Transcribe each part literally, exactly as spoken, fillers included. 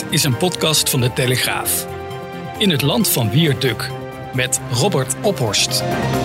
is een podcast van de Telegraaf. In het land van Wierduk met Robert Ophorst.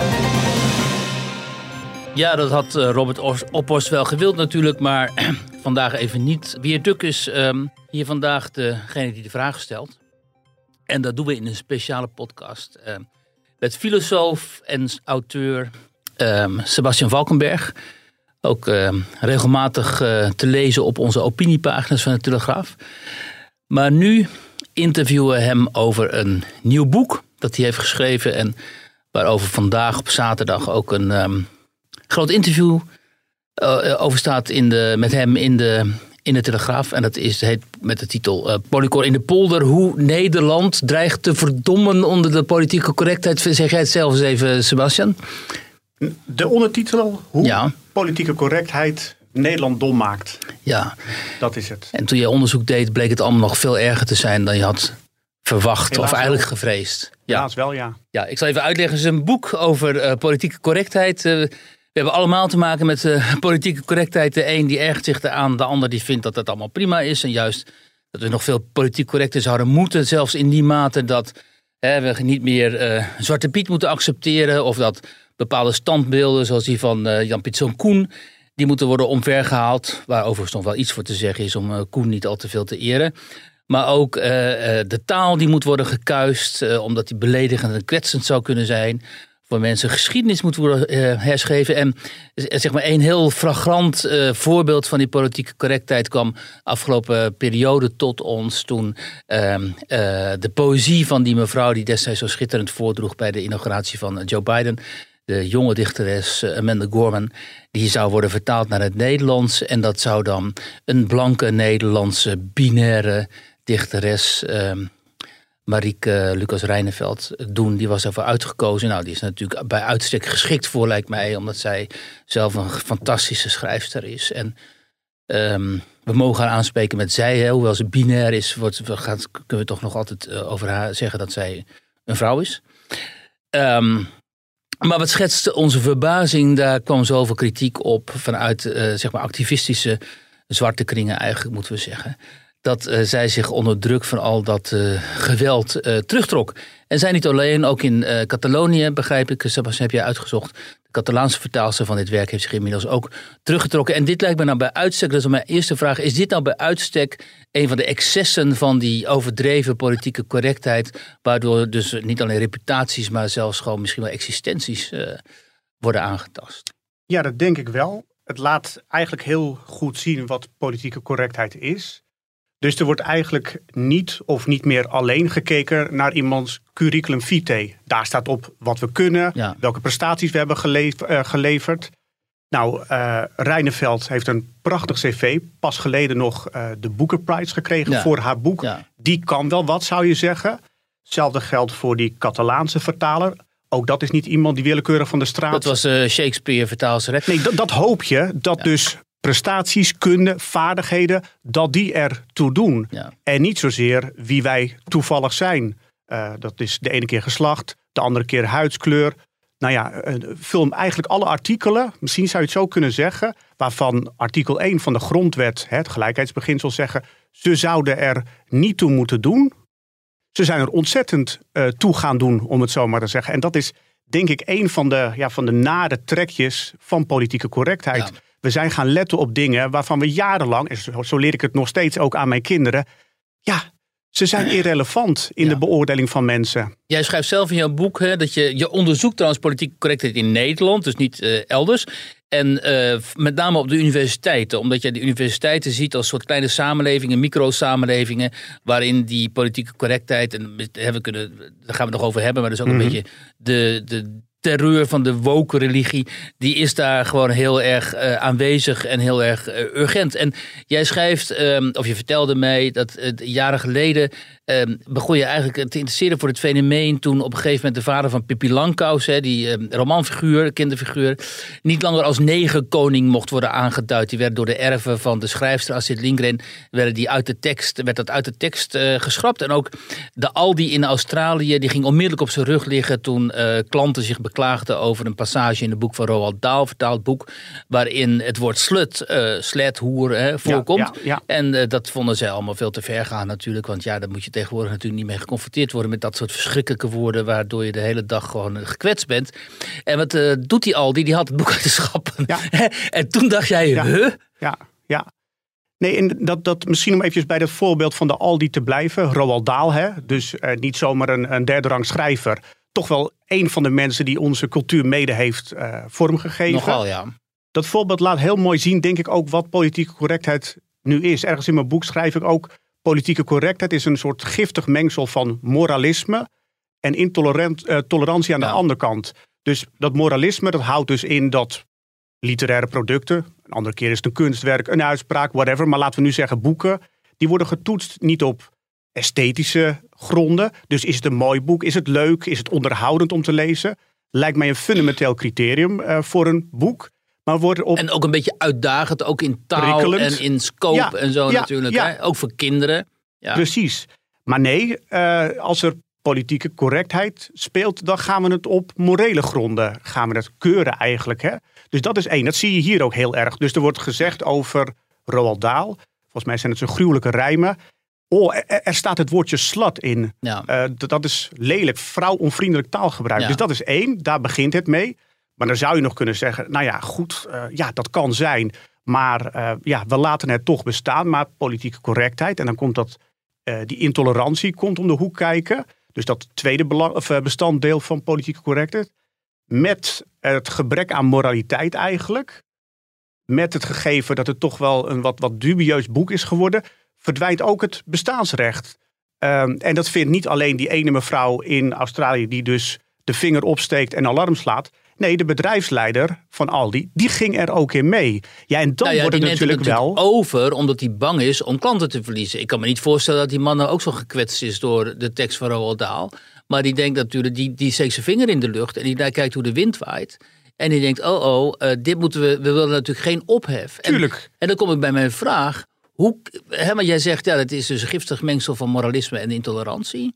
Ja, dat had Robert Ophorst wel gewild natuurlijk, maar vandaag even niet. Wierduk is um, hier vandaag degene die de vraag stelt. En dat doen we in een speciale podcast. Uh, met filosoof en auteur um, Sebastian Valkenberg. Ook uh, regelmatig uh, te lezen op onze opiniepagina's van de Telegraaf. Maar nu interviewen we hem over een nieuw boek dat hij heeft geschreven. En waarover vandaag op zaterdag ook een um, groot interview uh, over staat in de, met hem in de, in de Telegraaf. En dat is, heet met de titel uh, Polycor in de polder. Hoe Nederland dreigt te verdommen onder de politieke correctheid. Zeg jij het zelf eens even, Sebastian? De ondertitel, hoe ja. politieke correctheid Nederland dom maakt. Ja. Dat is het. En toen je onderzoek deed, bleek het allemaal nog veel erger te zijn dan je had verwacht. Helaas of eigenlijk wel. Gevreesd. Ja. Helaas wel, ja. Ja, ik zal even uitleggen. Het is een boek over uh, politieke correctheid. Uh, we hebben allemaal te maken met uh, politieke correctheid. De een die ergert zich eraan, de ander die vindt dat het allemaal prima is. En juist dat we nog veel politiek correcter zouden moeten. Zelfs in die mate dat hè, we niet meer uh, Zwarte Piet moeten accepteren. Of dat bepaalde standbeelden, zoals die van uh, Jan Pieter Koen, die moeten worden omvergehaald. Waar overigens nog wel iets voor te zeggen is om uh, Koen niet al te veel te eren. Maar ook uh, uh, de taal die moet worden gekuist, uh, omdat die beledigend en kwetsend zou kunnen zijn. Voor mensen geschiedenis moet worden uh, herschreven. En uh, zeg maar een heel flagrant uh, voorbeeld van die politieke correctheid kwam afgelopen periode tot ons. Toen uh, uh, de poëzie van die mevrouw die destijds zo schitterend voordroeg bij de inauguratie van uh, Joe Biden, de jonge dichteres Amanda Gorman, die zou worden vertaald naar het Nederlands. En dat zou dan een blanke Nederlandse binaire dichteres, uh, Marieke Lucas Rijneveld, doen. Die was ervoor uitgekozen. Nou, die is natuurlijk bij uitstek geschikt voor, lijkt mij, omdat zij zelf een fantastische schrijfster is. En um, we mogen haar aanspreken met zij. Hè. Hoewel ze binair is, wordt, gaat, kunnen we toch nog altijd uh, over haar zeggen dat zij een vrouw is. Um, Maar wat schetste onze verbazing, daar kwam zoveel kritiek op vanuit uh, zeg maar activistische zwarte kringen eigenlijk, moeten we zeggen. Dat uh, zij zich onder druk van al dat uh, geweld uh, terugtrok. En zij niet alleen, ook in uh, Catalonië, begrijp ik, Sebastian, heb jij uitgezocht. De Catalaanse vertaalster van dit werk heeft zich inmiddels ook teruggetrokken. En dit lijkt me nou bij uitstek, dat is mijn eerste vraag, is dit nou bij uitstek een van de excessen van die overdreven politieke correctheid, waardoor dus niet alleen reputaties, maar zelfs gewoon misschien wel existenties uh, worden aangetast? Ja, dat denk ik wel. Het laat eigenlijk heel goed zien wat politieke correctheid is. Dus er wordt eigenlijk niet of niet meer alleen gekeken naar iemands curriculum vitae. Daar staat op wat we kunnen, ja. welke prestaties we hebben gelever, uh, geleverd. Nou, uh, Rijneveld heeft een prachtig cv. Pas geleden nog uh, de Booker Prize gekregen ja. voor haar boek. Ja. Die kan wel wat, zou je zeggen. Hetzelfde geldt voor die Catalaanse vertaler. Ook dat is niet iemand die willekeurig van de straat... Dat was uh, Shakespeare vertaalster. Nee, dat, dat hoop je. Dat ja. dus prestaties, kunde, vaardigheden, dat die ertoe doen. Ja. En niet zozeer wie wij toevallig zijn. Uh, dat is de ene keer geslacht, de andere keer huidskleur. Nou ja, uh, vul eigenlijk alle artikelen, misschien zou je het zo kunnen zeggen, waarvan artikel één van de grondwet, het gelijkheidsbeginsel, zeggen, ze zouden er niet toe moeten doen. Ze zijn er ontzettend uh, toe gaan doen, om het zo maar te zeggen. En dat is, denk ik, een van de, ja, van de nare trekjes van politieke correctheid. Ja. We zijn gaan letten op dingen waarvan we jarenlang, en zo, zo leer ik het nog steeds ook aan mijn kinderen, ja, ze zijn irrelevant in ja. de beoordeling van mensen. Jij schrijft zelf in jouw boek hè, dat je, je onderzoekt trouwens politieke correctheid in Nederland, dus niet uh, elders. En uh, met name op de universiteiten, omdat je de universiteiten ziet als soort kleine samenlevingen, micro-samenlevingen, waarin die politieke correctheid, en we kunnen, daar gaan we het nog over hebben, maar dat is ook mm-hmm. een beetje de, de terreur van de woke religie, die is daar gewoon heel erg uh, aanwezig en heel erg uh, urgent. En jij schrijft, um, of je vertelde mij, dat uh, jaren geleden um, begon je eigenlijk te interesseren voor het fenomeen toen op een gegeven moment de vader van Pippi Langkous, hè, die um, romanfiguur, kinderfiguur, niet langer als negerkoning mocht worden aangeduid. Die werd door de erven van de schrijfster Astrid Lindgren, werden die uit de tekst, werd dat uit de tekst uh, geschrapt. En ook de Aldi in Australië, die ging onmiddellijk op zijn rug liggen toen uh, klanten zich klaagde over een passage in het boek van Roald Dahl, vertaald boek, waarin het woord slut, uh, slet, hoer hè, voorkomt. Ja, ja, ja. En uh, dat vonden zij allemaal veel te ver gaan natuurlijk. Want ja, daar moet je tegenwoordig natuurlijk niet mee geconfronteerd worden met dat soort verschrikkelijke woorden, waardoor je de hele dag gewoon gekwetst bent. En wat uh, doet die Aldi? Die had het boek uit de schappen. Ja. En toen dacht jij, ja. huh? Ja, ja. Nee, en dat, dat misschien om eventjes bij dat voorbeeld van de Aldi te blijven. Roald Dahl, hè? Dus uh, niet zomaar een, een derde rang schrijver. Toch wel een van de mensen die onze cultuur mede heeft uh, vormgegeven. Nogal, ja. Dat voorbeeld laat heel mooi zien, denk ik, ook wat politieke correctheid nu is. Ergens in mijn boek schrijf ik ook, politieke correctheid is een soort giftig mengsel van moralisme en intolerantie aan de ja. andere kant. Dus dat moralisme, dat houdt dus in dat literaire producten, een andere keer is het een kunstwerk, een uitspraak, whatever. Maar laten we nu zeggen boeken, die worden getoetst niet op esthetische gronden. Dus is het een mooi boek, is het leuk, is het onderhoudend om te lezen? Lijkt mij een fundamenteel criterium uh, voor een boek. Maar wordt op en ook een beetje uitdagend, ook in taal prikkelend. En in scope ja, en zo ja, natuurlijk. Ja. Hè? Ook voor kinderen. Ja. Precies. Maar nee, uh, als er politieke correctheid speelt, dan gaan we het op morele gronden gaan we het keuren eigenlijk. Hè? Dus dat is één. Dat zie je hier ook heel erg. Dus er wordt gezegd over Roald Dahl. Volgens mij zijn het zo gruwelijke rijmen. Oh, er, er staat het woordje slut in. Ja. Uh, dat, dat is lelijk, vrouwonvriendelijk taalgebruik. Ja. Dus dat is één. Daar begint het mee. Maar dan zou je nog kunnen zeggen, nou ja, goed, uh, ja, dat kan zijn. Maar uh, ja, we laten het toch bestaan. Maar politieke correctheid, en dan komt dat, uh, die intolerantie komt om de hoek kijken. Dus dat tweede belang, of, uh, bestanddeel van politieke correctheid. Met het gebrek aan moraliteit eigenlijk. Met het gegeven dat het toch wel een wat, wat dubieus boek is geworden. Verdwijnt ook het bestaansrecht. Um, en dat vindt niet alleen die ene mevrouw in Australië die dus de vinger opsteekt en alarm slaat. Nee, de bedrijfsleider van Aldi, die ging er ook in mee. Ja, en dan nou ja, wordt het natuurlijk, het natuurlijk wel over, omdat hij bang is om klanten te verliezen. Ik kan me niet voorstellen dat die man nou ook zo gekwetst is door de tekst van Roald Dahl. Maar die denkt natuurlijk, die, die steekt zijn vinger in de lucht en die kijkt hoe de wind waait. En die denkt, oh oh, uh, dit moeten we, we willen natuurlijk geen ophef. Tuurlijk. En, en dan kom ik bij mijn vraag. Hoe, hè, maar jij zegt, ja, het is dus een giftig mengsel van moralisme en intolerantie.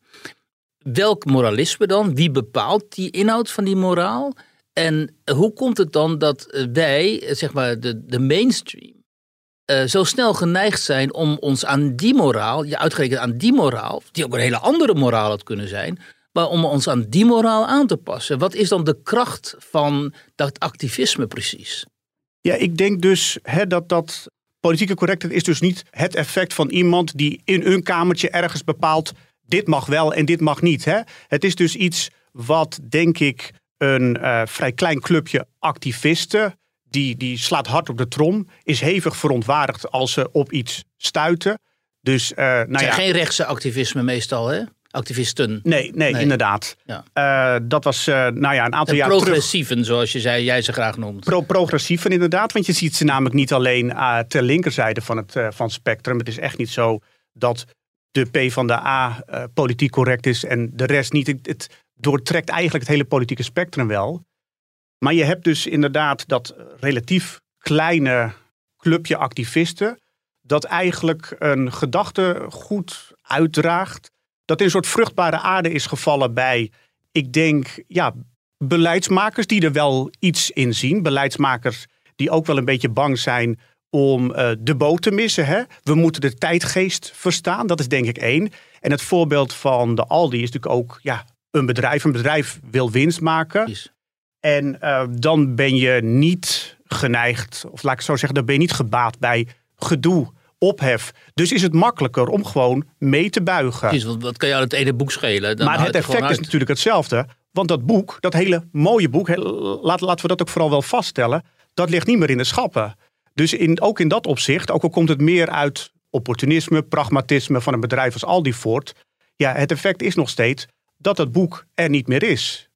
Welk moralisme dan? Wie bepaalt die inhoud van die moraal? En hoe komt het dan dat wij, zeg maar de, de mainstream, uh, zo snel geneigd zijn om ons aan die moraal, ja, uitgerekend aan die moraal, die ook een hele andere moraal had kunnen zijn, maar om ons aan die moraal aan te passen? Wat is dan de kracht van dat activisme precies? Ja, ik denk dus hè, dat dat politieke correctheid is dus niet het effect van iemand die in een kamertje ergens bepaalt, dit mag wel en dit mag niet. Hè? Het is dus iets wat, denk ik, een uh, vrij klein clubje activisten, die, die slaat hard op de trom, is hevig verontwaardigd als ze op iets stuiten. Dus, uh, nou het zijn ja, geen rechtse activisme meestal, hè? Activisten. Nee, nee, nee. inderdaad. Ja. Uh, dat was uh, nou ja, een aantal de jaar progressieven, terug. zoals je zei, jij ze graag noemt. Pro progressieven inderdaad, want je ziet ze namelijk niet alleen uh, ter linkerzijde van het, uh, van het spectrum. Het is echt niet zo dat de PvdA uh, politiek correct is en de rest niet. Het, het doortrekt eigenlijk het hele politieke spectrum wel. Maar je hebt dus inderdaad dat relatief kleine clubje activisten dat eigenlijk een gedachte goed uitdraagt, dat in een soort vruchtbare aarde is gevallen bij, ik denk, ja, beleidsmakers die er wel iets in zien. Beleidsmakers die ook wel een beetje bang zijn om uh, de boot te missen. Hè? We moeten de tijdgeest verstaan, dat is denk ik één. En het voorbeeld van de Aldi is natuurlijk ook, ja, een bedrijf. Een bedrijf wil winst maken. Yes. En uh, dan ben je niet geneigd, of laat ik het zo zeggen, dan ben je niet gebaat bij gedoe, ophef. Dus is het makkelijker om gewoon mee te buigen. Precies, want wat kan jou het ene boek schelen? Dan maar het effect is natuurlijk hetzelfde. Want dat boek, dat hele mooie boek, he, laat, laten we dat ook vooral wel vaststellen, dat ligt niet meer in de schappen. Dus in, ook in dat opzicht, ook al komt het meer uit opportunisme, pragmatisme van een bedrijf als Aldi voort, ja, het effect is nog steeds dat het boek er niet meer is.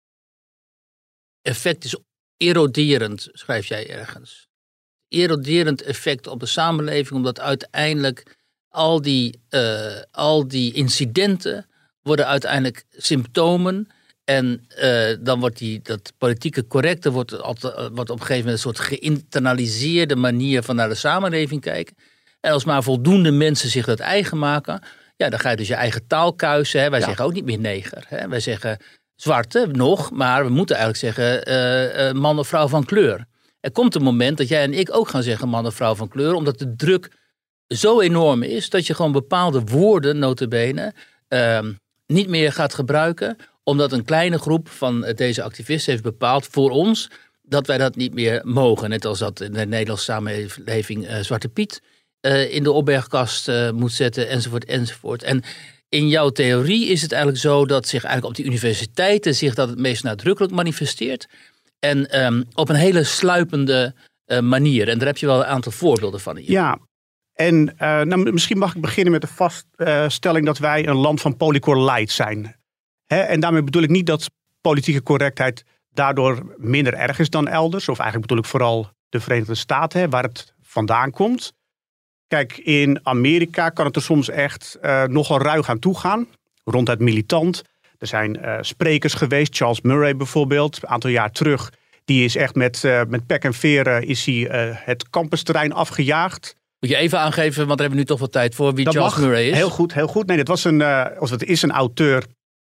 Effect is eroderend, schrijf jij ergens. Eroderend effect op de samenleving, omdat uiteindelijk al die, uh, al die incidenten worden uiteindelijk symptomen. En uh, dan wordt die, dat politieke correcte wordt, altijd, wordt op een gegeven moment een soort geïnternaliseerde manier van naar de samenleving kijken. En als maar voldoende mensen zich dat eigen maken, ja, dan ga je dus je eigen taal kuisen. Hè. Wij ja. zeggen ook niet meer neger. Hè. Wij zeggen zwarte nog, maar we moeten eigenlijk zeggen uh, uh, man of vrouw van kleur. Er komt een moment dat jij en ik ook gaan zeggen man of vrouw van kleur, omdat de druk zo enorm is dat je gewoon bepaalde woorden, nota bene, uh, niet meer gaat gebruiken, omdat een kleine groep van deze activisten heeft bepaald voor ons dat wij dat niet meer mogen. Net als dat in de Nederlandse samenleving uh, Zwarte Piet uh, in de opbergkast uh, moet zetten, enzovoort, enzovoort. En in jouw theorie is het eigenlijk zo dat zich eigenlijk op die universiteiten zich dat het meest nadrukkelijk manifesteert. En um, op een hele sluipende uh, manier. En daar heb je wel een aantal voorbeelden van hier. Ja, en uh, nou, misschien mag ik beginnen met de vaststelling dat wij een land van polycore light zijn. Hè? En daarmee bedoel ik niet dat politieke correctheid daardoor minder erg is dan elders. Of eigenlijk bedoel ik vooral de Verenigde Staten, hè, waar het vandaan komt. Kijk, in Amerika kan het er soms echt uh, nogal ruig aan toegaan. Ronduit militant. Er zijn uh, sprekers geweest, Charles Murray bijvoorbeeld, een aantal jaar terug. Die is echt met, uh, met pek en veren is hij, uh, het campusterrein afgejaagd. Moet je even aangeven, want daar hebben we nu toch wat tijd voor, wie dat Charles mag. Murray is? Heel goed, heel goed. Nee, dit was een, uh, of het is een auteur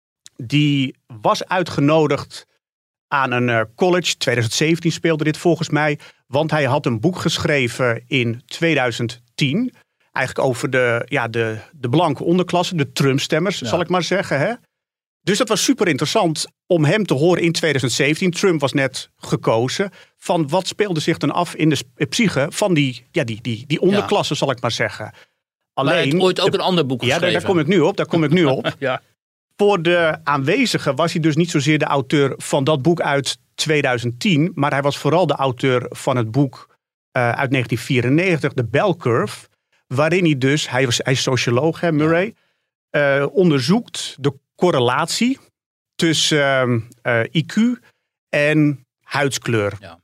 die was uitgenodigd aan een uh, college. twintig zeventien speelde dit volgens mij. Want hij had een boek geschreven in tweeduizend tien. Eigenlijk over de, ja, de, de blanke onderklasse, de Trump-stemmers, ja. zal ik maar zeggen. Hè? Dus dat was super interessant om hem te horen in tweeduizend zeventien. Trump was net gekozen. Van wat speelde zich dan af in de psyche van die, ja, die, die, die onderklasse, ja. zal ik maar zeggen. Alleen, maar hij heeft ooit ook de, een ander boek geschreven. Ja, daar, daar kom ik nu op. Daar kom ik nu op. ja. Voor de aanwezigen was hij dus niet zozeer de auteur van dat boek uit tweeduizend tien. Maar hij was vooral de auteur van het boek uh, uit negentien vierennegentig, de Bell Curve. Waarin hij dus, hij, was, hij is socioloog, hè, Murray, uh, onderzoekt de correlatie tussen uh, uh, I Q en huidskleur. Ja.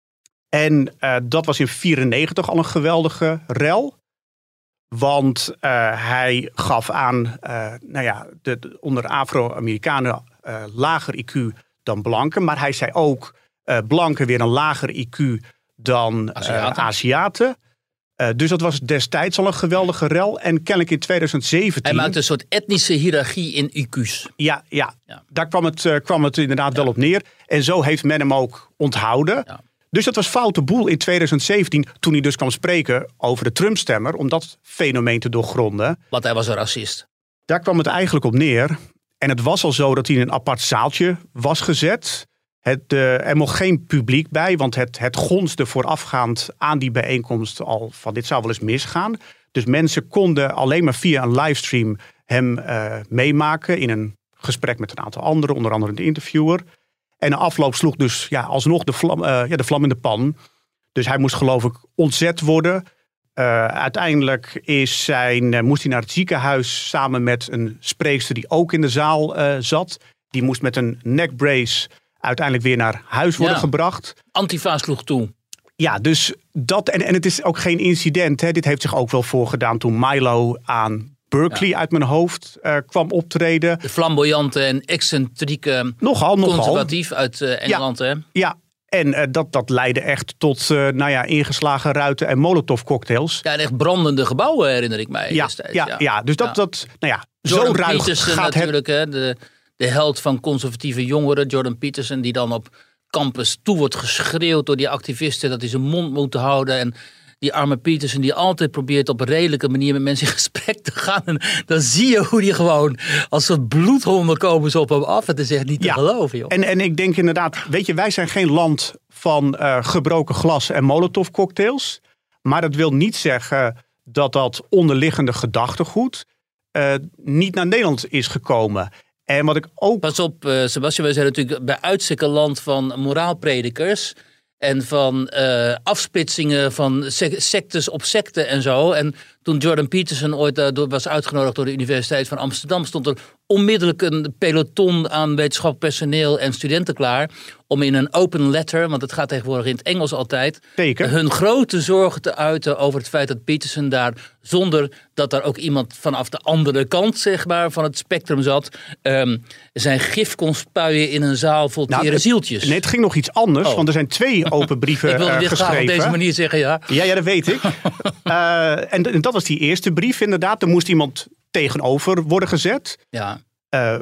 En uh, dat was in vierennegentig al een geweldige rel. Want uh, hij gaf aan, uh, nou ja, de, de, onder Afro-Amerikanen uh, lager I Q dan blanken. Maar hij zei ook, uh, blanken weer een lager I Q dan Aziaten. Uh, Aziaten. Uh, dus dat was destijds al een geweldige rel. En kennelijk in tweeduizend zeventien... Hij maakte een soort etnische hiërarchie in I Q's. Ja, ja. ja. daar kwam het, uh, kwam het inderdaad ja. wel op neer. En zo heeft men hem ook onthouden. Ja. Dus dat was foute boel in tweeduizend zeventien... toen hij dus kwam spreken over de Trump-stemmer... om dat fenomeen te doorgronden. Want hij was een racist. Daar kwam het eigenlijk op neer. En het was al zo dat hij in een apart zaaltje was gezet... Het, uh, er mocht geen publiek bij, want het, het gonste voorafgaand aan die bijeenkomst al van dit zou wel eens misgaan. Dus mensen konden alleen maar via een livestream hem uh, meemaken in een gesprek met een aantal anderen, onder andere de interviewer. En de afloop sloeg dus ja, alsnog de vlam, uh, ja, de vlam in de pan. Dus hij moest geloof ik ontzet worden. Uh, uiteindelijk is zijn, uh, moest hij naar het ziekenhuis samen met een spreekster die ook in de zaal uh, zat. Die moest met een neckbrace uiteindelijk weer naar huis worden ja. gebracht. Antifa sloeg toe. Ja, dus dat. En, en het is ook geen incident. Hè. Dit heeft zich ook wel voorgedaan toen Milo aan Berkeley ja. uit mijn hoofd uh, kwam optreden. De flamboyante en excentrieke nogal, nogal. conservatief uit uh, Engeland. Ja, hè? ja. en uh, dat, dat leidde echt tot uh, nou ja, ingeslagen ruiten en molotovcocktails. Ja, en echt brandende gebouwen herinner ik mij ja, destijds. Ja, ja. ja, dus dat, ja. dat nou ja, Jordan zo ruig Peterson gaat natuurlijk, het. Hè, de, de held van conservatieve jongeren, Jordan Peterson, die dan op campus toe wordt geschreeuwd door die activisten dat hij zijn mond moet houden. En die arme Peterson die altijd probeert op een redelijke manier met mensen in gesprek te gaan. En dan zie je hoe die gewoon als soort bloedhonden komen ze op hem af. Het is echt niet te ja. geloven, joh. En, en ik denk inderdaad, weet je, wij zijn geen land van uh, gebroken glas en molotovcocktails. Maar dat wil niet zeggen dat dat onderliggende gedachtegoed uh, niet naar Nederland is gekomen. En wat ik ook... Pas op, uh, Sebastian, wij zijn natuurlijk bij uitstek een land van moraalpredikers. En van uh, afsplitsingen van sectes op secten en zo. En toen Jordan Peterson ooit uh, was uitgenodigd door de Universiteit van Amsterdam, stond er onmiddellijk een peloton aan wetenschappelijk personeel en studenten klaar om in een open letter, want het gaat tegenwoordig in het Engels altijd, Zeker. hun grote zorgen te uiten over het feit dat Peterson daar, zonder dat daar ook iemand vanaf de andere kant, zeg maar, van het spectrum zat, um, zijn gif kon spuien in een zaal vol tere nou, zieltjes. Nee, het ging nog iets anders, oh. want er zijn twee open brieven ik wilde uh, dit geschreven. graag op deze manier zeggen, ja. Ja, ja, dat weet ik. uh, en, en dat was die eerste brief inderdaad. Er moest iemand tegenover worden gezet. Ja. Uh,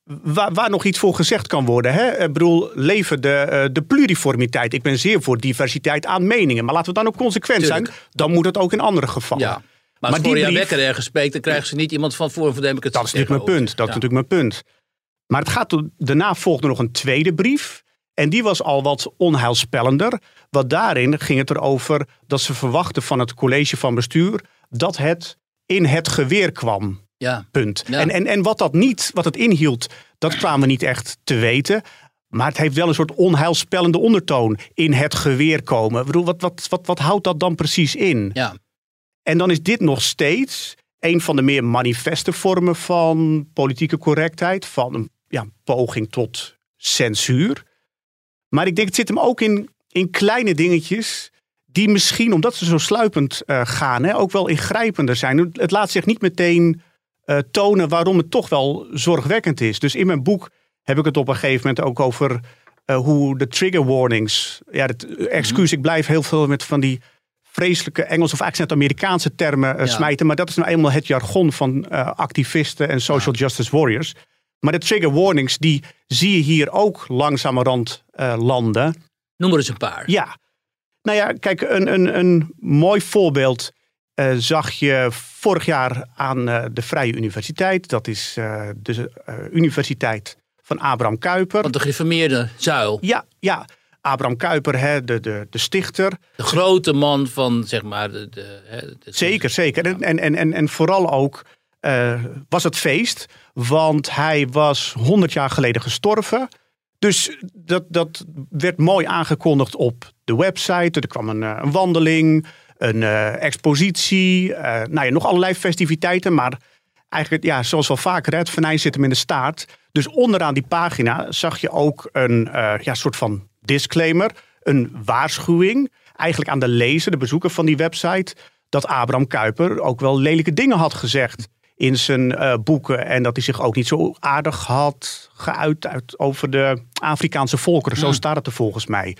waar, waar nog iets voor gezegd kan worden. Hè? Ik bedoel, leven de, uh, de pluriformiteit. Ik ben zeer voor diversiteit aan meningen. Maar laten we dan ook consequent Tuurlijk. zijn. Dan moet het ook in andere gevallen. Ja. Maar als Gloria Wekker ergens spreekt, dan krijgen ze niet iemand van Forum voor Democratie. Dat is natuurlijk mijn punt. Dat ja. is natuurlijk mijn punt. Maar het gaat, daarna volgde nog een tweede brief. En die was al wat onheilspellender. Want daarin ging het erover dat ze verwachten van het college van bestuur dat het in het geweer kwam. Ja. Punt. Ja. En, en, en wat dat niet, wat het inhield, dat kwamen we niet echt te weten. Maar het heeft wel een soort onheilspellende ondertoon. In het geweer komen. Ik bedoel, wat, wat, wat, wat houdt dat dan precies in? Ja. En dan is dit nog steeds een van de meer manifeste vormen van politieke correctheid. Van een ja, poging tot censuur. Maar ik denk, het zit hem ook in, in kleine dingetjes die misschien, omdat ze zo sluipend uh, gaan, hè, ook wel ingrijpender zijn. Het laat zich niet meteen uh, tonen waarom het toch wel zorgwekkend is. Dus in mijn boek heb ik het op een gegeven moment ook over uh, hoe de trigger warnings... Ja, het, excuus, mm-hmm. ik blijf heel veel met van die vreselijke Engels of eigenlijk net Amerikaanse termen uh, ja. smijten. Maar dat is nou eenmaal het jargon van uh, activisten en social ja. justice warriors. Maar de trigger warnings, die zie je hier ook langzamerhand uh, landen. Noem er eens een paar. Ja. Nou ja, kijk, een, een, een mooi voorbeeld uh, zag je vorig jaar aan uh, de Vrije Universiteit. Dat is uh, de uh, universiteit van Abraham Kuyper. Want de gereformeerde zuil. Ja, ja. Abraham Kuyper, hè, de, de, de stichter. De grote man van, zeg maar... De, de, de, de zeker, zeker. Ja. En, en, en, en vooral ook uh, was het feest. Want hij was honderd jaar geleden gestorven. Dus dat, dat werd mooi aangekondigd op de website. Er kwam een, een wandeling, een uh, expositie. Uh, nou ja, nog allerlei festiviteiten. Maar eigenlijk, ja, zoals wel vaker, het venijn zit hem in de staart. Dus onderaan die pagina zag je ook een uh, ja, soort van disclaimer. Een waarschuwing. Eigenlijk aan de lezer, de bezoeker van die website. Dat Abraham Kuyper ook wel lelijke dingen had gezegd in zijn uh, boeken. En dat hij zich ook niet zo aardig had geuit uit over de Afrikaanse volkeren. Zo staat het er volgens mij.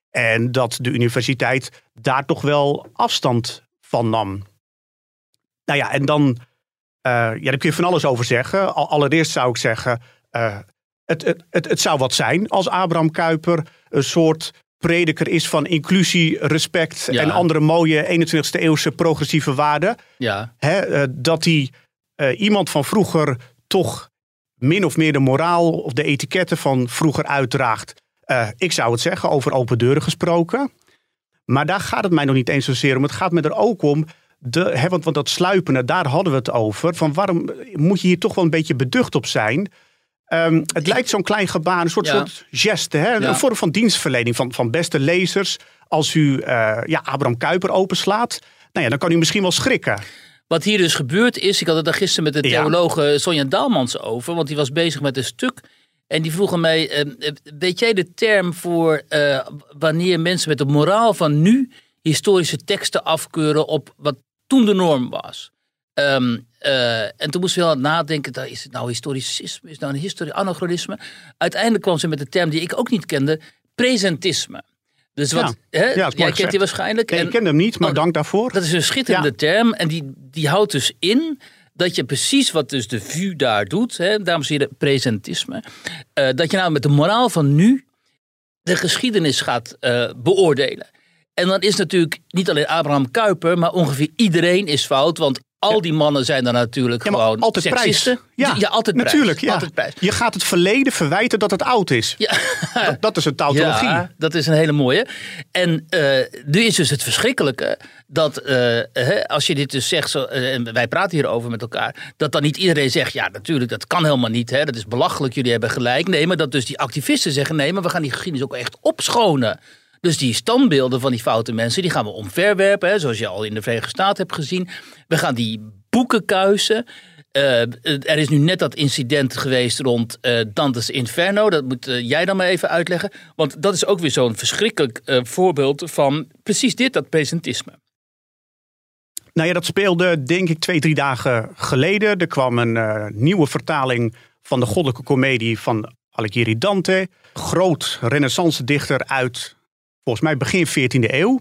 En dat de universiteit daar toch wel afstand van nam. Nou ja, en dan, uh, ja, daar kun je van alles over zeggen. Allereerst zou ik zeggen, uh, het, het, het, het zou wat zijn als Abraham Kuyper een soort prediker is van inclusie, respect ja. en andere mooie eenentwintigste eeuwse progressieve waarden. Ja. Hè, uh, dat hij uh, iemand van vroeger toch min of meer de moraal of de etiketten van vroeger uitdraagt. Uh, ik zou het zeggen, over open deuren gesproken. Maar daar gaat het mij nog niet eens zozeer om. Het gaat me er ook om, de, hè, want, want dat sluipende, daar hadden we het over. Van waarom moet je hier toch wel een beetje beducht op zijn? Um, het ik, lijkt zo'n klein gebaar, een soort, ja. soort geste. Hè? Ja. Een vorm van dienstverlening van, van beste lezers. Als u uh, ja, Abraham Kuyper openslaat, nou ja, dan kan u misschien wel schrikken. Wat hier dus gebeurd is, ik had het daar gisteren met de theologe ja. Sonja Daalmans over. Want die was bezig met een stuk. En die vroegen mij, uh, weet jij de term voor uh, wanneer mensen met de moraal van nu historische teksten afkeuren op wat toen de norm was? Um, uh, en toen moesten we wel nadenken, is het nou historicisme, is het nou een historisch anachronisme? Uiteindelijk kwam ze met een term die ik ook niet kende, presentisme. Dus wat, ja, hè, ja, jij kent gezegd. Die waarschijnlijk. Nee, en, ik ken hem niet, maar oh, dank daarvoor. Dat is een schitterende ja. term en die, die houdt dus in dat je precies wat dus de V U daar doet, hè, dames en heren, presentisme, uh, dat je nou met de moraal van nu de geschiedenis gaat uh, beoordelen. En dan is natuurlijk niet alleen Abraham Kuyper, maar ongeveer iedereen is fout, want al die mannen zijn dan natuurlijk ja, gewoon altijd seksisten. Prijs. Ja, ja, altijd prijs. Natuurlijk. Ja. Altijd prijs. Je gaat het verleden verwijten dat het oud is. Ja. Dat, dat is een tautologie. Ja, dat is een hele mooie. En uh, nu is dus het verschrikkelijke dat uh, hè, als je dit dus zegt, zo, uh, en wij praten hierover met elkaar, dat dan niet iedereen zegt, ja natuurlijk, dat kan helemaal niet. Hè, dat is belachelijk, jullie hebben gelijk. Nee, maar dat dus die activisten zeggen, nee, maar we gaan die geschiedenis ook echt opschonen. Dus die standbeelden van die foute mensen, die gaan we omverwerpen. Hè, zoals je al in de Verenigde Staten hebt gezien. We gaan die boeken kuisen. Uh, er is nu net dat incident geweest rond uh, Dante's Inferno. Dat moet uh, jij dan maar even uitleggen. Want dat is ook weer zo'n verschrikkelijk uh, voorbeeld van precies dit, dat presentisme. Nou ja, dat speelde denk ik twee, drie dagen geleden. Er kwam een uh, nieuwe vertaling van de Goddelijke Comedie van Alighieri Dante. Groot renaissance dichter uit volgens mij begin veertiende eeuw.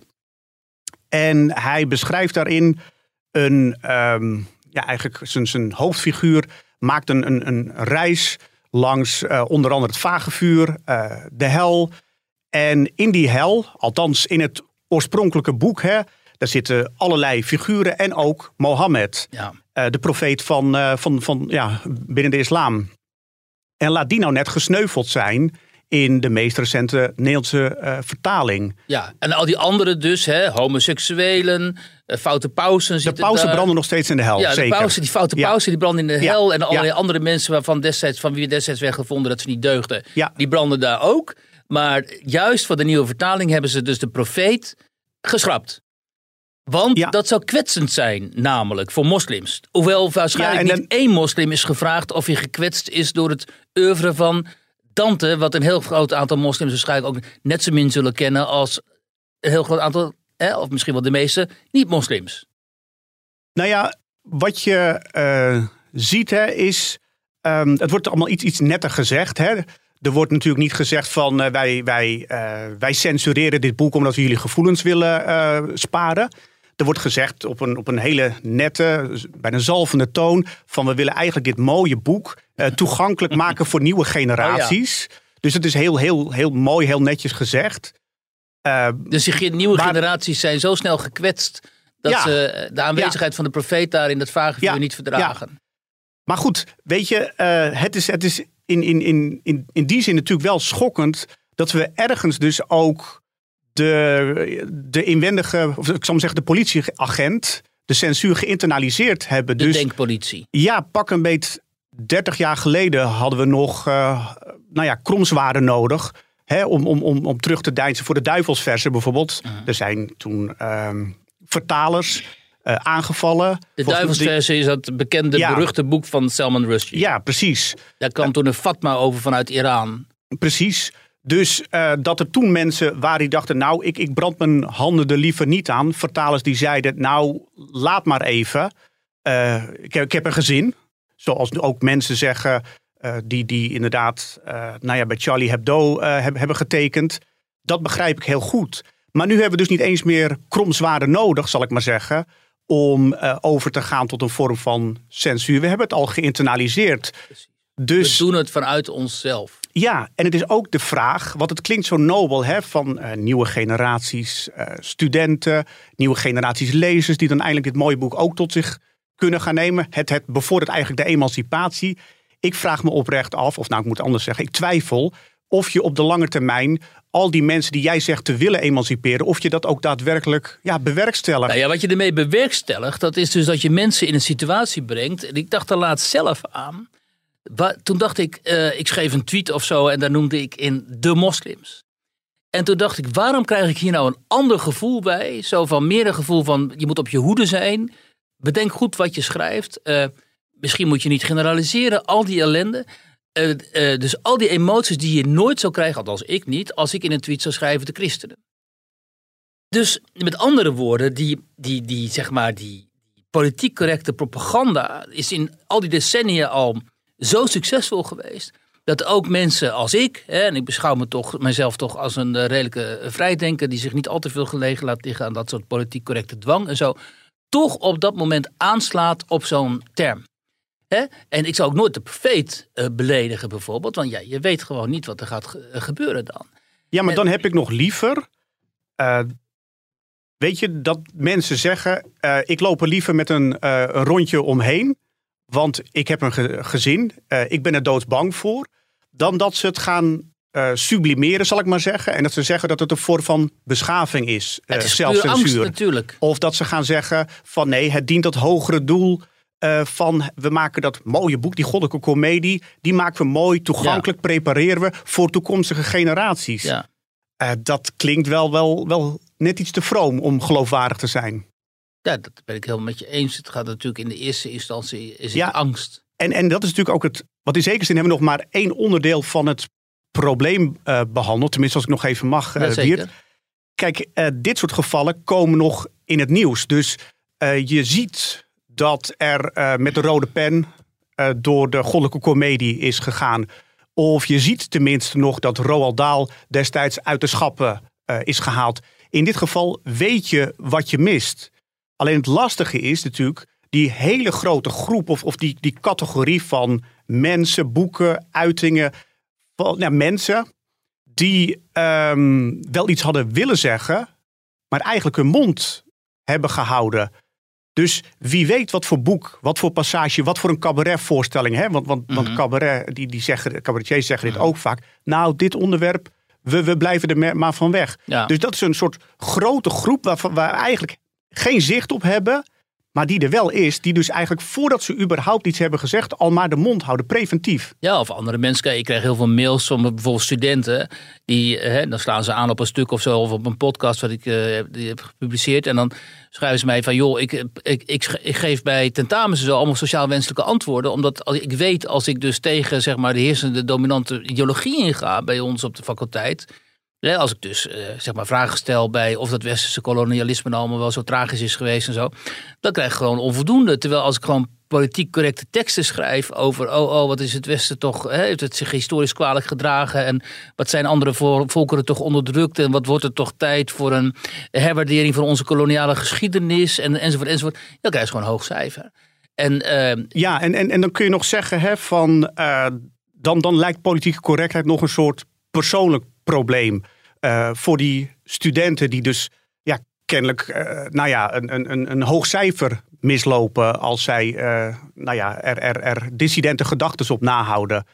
En hij beschrijft daarin een, um, ja, eigenlijk zijn, zijn hoofdfiguur maakt een, een, een reis langs uh, onder andere het Vagevuur, uh, de hel. En in die hel, althans in het oorspronkelijke boek, hè, daar zitten allerlei figuren en ook Mohammed, ja. uh, de profeet van, uh, van, van, ja, binnen de islam. En laat die nou net gesneuveld zijn in de meest recente Nederlandse uh, vertaling. Ja, en al die anderen dus, hè, homoseksuelen, uh, foute pausen. De pausen branden nog steeds in de hel, ja, zeker. De pausen, die foute ja. pausen die branden in de hel. Ja. En allerlei ja. andere mensen waarvan destijds, van wie we destijds werden gevonden dat ze niet deugden, ja. die branden daar ook. Maar juist voor de nieuwe vertaling hebben ze dus de profeet geschrapt. Want ja. dat zou kwetsend zijn, namelijk voor moslims. Hoewel waarschijnlijk ja, dan, niet één moslim is gevraagd of hij gekwetst is door het oeuvre van Dante, wat een heel groot aantal moslims waarschijnlijk ook net zo min zullen kennen als een heel groot aantal, hè, of misschien wel de meeste, niet-moslims. Nou ja, wat je uh, ziet hè, is, um, het wordt allemaal iets, iets netter gezegd. Hè. Er wordt natuurlijk niet gezegd van uh, wij, wij, uh, wij censureren dit boek omdat we jullie gevoelens willen uh, sparen. Er wordt gezegd op een, op een hele nette, bijna zalvende toon van we willen eigenlijk dit mooie boek uh, toegankelijk maken voor nieuwe generaties. Oh ja. Dus het is heel, heel, heel mooi, heel netjes gezegd. Uh, dus die nieuwe maar, generaties zijn zo snel gekwetst dat ja, ze de aanwezigheid ja. van de profeet daar in dat Vagevuur ja, niet verdragen. Ja. Maar goed, weet je, uh, het is, het is in, in, in, in, in die zin natuurlijk wel schokkend dat we ergens dus ook de, de inwendige, of ik zal maar zeggen de politieagent, de censuur geïnternaliseerd hebben. De dus, denkpolitie. Ja, pak een beet dertig jaar geleden hadden we nog uh, nou ja, kromzwaarden nodig. Hè, om, om, om, om terug te deinzen voor de duivelsversen bijvoorbeeld. Uh-huh. Er zijn toen uh, vertalers uh, aangevallen. De duivelsversen die... is dat bekende, ja. beruchte boek van Salman Rushdie. Ja, precies. Daar kwam uh, toen een fatwa over vanuit Iran. Precies. Dus uh, dat er toen mensen waren die dachten, nou, ik, ik brand mijn handen er liever niet aan. Vertalers die zeiden, nou, laat maar even. Uh, ik, heb, ik heb een gezin. Zoals nu ook mensen zeggen, uh, die, die inderdaad uh, nou ja, bij Charlie Hebdo uh, heb, hebben getekend. Dat begrijp ik heel goed. Maar nu hebben we dus niet eens meer kromzwaarden nodig, zal ik maar zeggen, om uh, over te gaan tot een vorm van censuur. We hebben het al geïnternaliseerd. Dus, we doen het vanuit onszelf. Ja, en het is ook de vraag, want het klinkt zo nobel, hè, van uh, nieuwe generaties uh, studenten, nieuwe generaties lezers, die dan eindelijk dit mooie boek ook tot zich kunnen gaan nemen. Het, het bevordert eigenlijk de emancipatie. Ik vraag me oprecht af, of nou ik moet anders zeggen, ik twijfel of je op de lange termijn al die mensen die jij zegt te willen emanciperen, of je dat ook daadwerkelijk ja, bewerkstelligt. Nou ja, wat je ermee bewerkstelligt, dat is dus dat je mensen in een situatie brengt. En ik dacht er laatst zelf aan. Waar, toen dacht ik, uh, ik schreef een tweet of zo en daar noemde ik in de moslims. En toen dacht ik, waarom krijg ik hier nou een ander gevoel bij? Zo van meer een gevoel van, je moet op je hoede zijn. Bedenk goed wat je schrijft. Uh, misschien moet je niet generaliseren, al die ellende. Uh, uh, dus al die emoties die je nooit zou krijgen, althans ik niet, als ik in een tweet zou schrijven de christenen. Dus met andere woorden, die, die, die, zeg maar, die politiek correcte propaganda is in al die decennia al zo succesvol geweest, dat ook mensen als ik, hè, en ik beschouw me toch, mezelf toch als een uh, redelijke uh, vrijdenker die zich niet al te veel gelegen laat liggen aan dat soort politiek correcte dwang en zo, toch op dat moment aanslaat op zo'n term. Hè? En ik zou ook nooit de profeet uh, beledigen bijvoorbeeld, want ja, je weet gewoon niet wat er gaat ge- gebeuren dan. Ja, maar en, dan heb ik nog liever, uh, weet je, dat mensen zeggen, uh, ik loop er liever met een, uh, een rondje omheen, want ik heb een ge- gezin, uh, ik ben er doodsbang voor, dan dat ze het gaan uh, sublimeren, zal ik maar zeggen. En dat ze zeggen dat het een vorm van beschaving is. Uh, het is zelfcensuur. Angst, natuurlijk. Of dat ze gaan zeggen van nee, het dient dat hogere doel uh, van we maken dat mooie boek, die goddelijke komedie, die maken we mooi, toegankelijk, ja. prepareren we voor toekomstige generaties. Ja. Uh, dat klinkt wel, wel, wel net iets te vroom om geloofwaardig te zijn. Ja, dat ben ik helemaal met je eens. Het gaat natuurlijk in de eerste instantie is het ja, angst. En, en dat is natuurlijk ook het, wat in zekere zin hebben we nog maar één onderdeel van het probleem uh, behandeld. Tenminste, als ik nog even mag, uh, Wiert. Kijk, uh, dit soort gevallen komen nog in het nieuws. Dus uh, je ziet dat er uh, met de rode pen uh, door de goddelijke komedie is gegaan. Of je ziet tenminste nog dat Roald Dahl destijds uit de schappen uh, is gehaald. In dit geval weet je wat je mist. Alleen het lastige is natuurlijk die hele grote groep of, of die, die categorie van mensen, boeken, uitingen van nou, mensen die um, wel iets hadden willen zeggen, maar eigenlijk hun mond hebben gehouden. Dus wie weet wat voor boek, wat voor passage, wat voor een cabaretvoorstelling. Hè? Want, want, mm-hmm. want cabaret, die, die zeggen, cabaretiers zeggen dit mm-hmm. ook vaak. Nou, dit onderwerp, we, we blijven er maar van weg. Ja. Dus dat is een soort grote groep waar, waar we eigenlijk geen zicht op hebben. Maar die er wel is, die dus eigenlijk voordat ze überhaupt iets hebben gezegd, al maar de mond houden, preventief. Ja, of andere mensen. Ik krijg heel veel mails van bijvoorbeeld studenten. Die, hè, dan slaan ze aan op een stuk of zo, of op een podcast wat ik uh, die heb gepubliceerd. En dan schrijven ze mij van, joh, ik, ik, ik, ik geef bij tentamens zo allemaal sociaal wenselijke antwoorden. Omdat als, ik weet, als ik dus tegen zeg maar, de heersende dominante ideologie inga bij ons op de faculteit. Ja, als ik dus uh, zeg maar vragen stel bij of dat westerse kolonialisme nou allemaal wel zo tragisch is geweest en zo, dan krijg ik gewoon onvoldoende. Terwijl als ik gewoon politiek correcte teksten schrijf over oh, oh wat is het Westen toch, hè, heeft het zich historisch kwalijk gedragen en wat zijn andere volkeren toch onderdrukt en wat wordt het toch tijd voor een herwaardering van onze koloniale geschiedenis en, enzovoort, enzovoort. Dan krijg je gewoon een hoog cijfer. En, uh, ja, en, en, en dan kun je nog zeggen hè, van uh, dan, dan lijkt politieke correctheid nog een soort persoonlijk probleem. Uh, voor die studenten die dus ja, kennelijk uh, nou ja, een, een, een hoog cijfer mislopen als zij uh, nou ja, er, er, er dissidente gedachten op nahouden.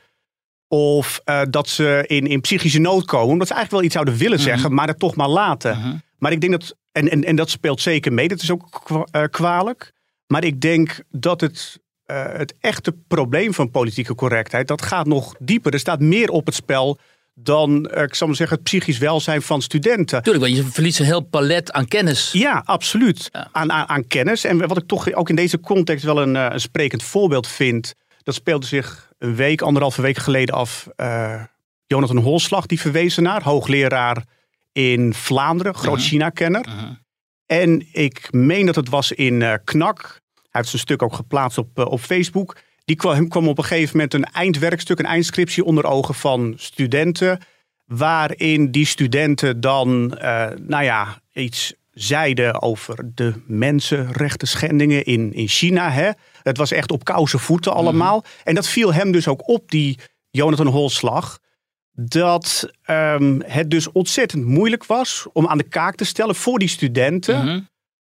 Of uh, dat ze in, in psychische nood komen, omdat ze eigenlijk wel iets zouden willen zeggen, mm-hmm. maar het toch maar laten. Mm-hmm. Maar ik denk dat, en, en, en dat speelt zeker mee, dat is ook kwa- uh, kwalijk. Maar ik denk dat het, uh, het echte probleem van politieke correctheid, dat gaat nog dieper. Er staat meer op het spel dan, ik zal maar zeggen, het psychisch welzijn van studenten. Tuurlijk, want je verliest een heel palet aan kennis. Ja, absoluut. Ja. Aan, aan, aan kennis. En wat ik toch ook in deze context wel een, een sprekend voorbeeld vind, dat speelde zich een week, anderhalve week geleden af. Uh, Jonathan Holslag, die verwezenaar, hoogleraar in Vlaanderen, groot uh-huh. China-kenner. Uh-huh. En ik meen dat het was in uh, K N A K. Hij heeft zijn stuk ook geplaatst op, uh, op Facebook. Die kwam, kwam op een gegeven moment een eindwerkstuk, een eindscriptie onder ogen van studenten. Waarin die studenten dan, uh, nou ja, iets zeiden over de mensenrechten schendingen in, in China. Hè? Het was echt op koude voeten allemaal. Mm. En dat viel hem dus ook op, die Jonathan Holslag. Dat um, het dus ontzettend moeilijk was om aan de kaak te stellen voor die studenten. Mm-hmm.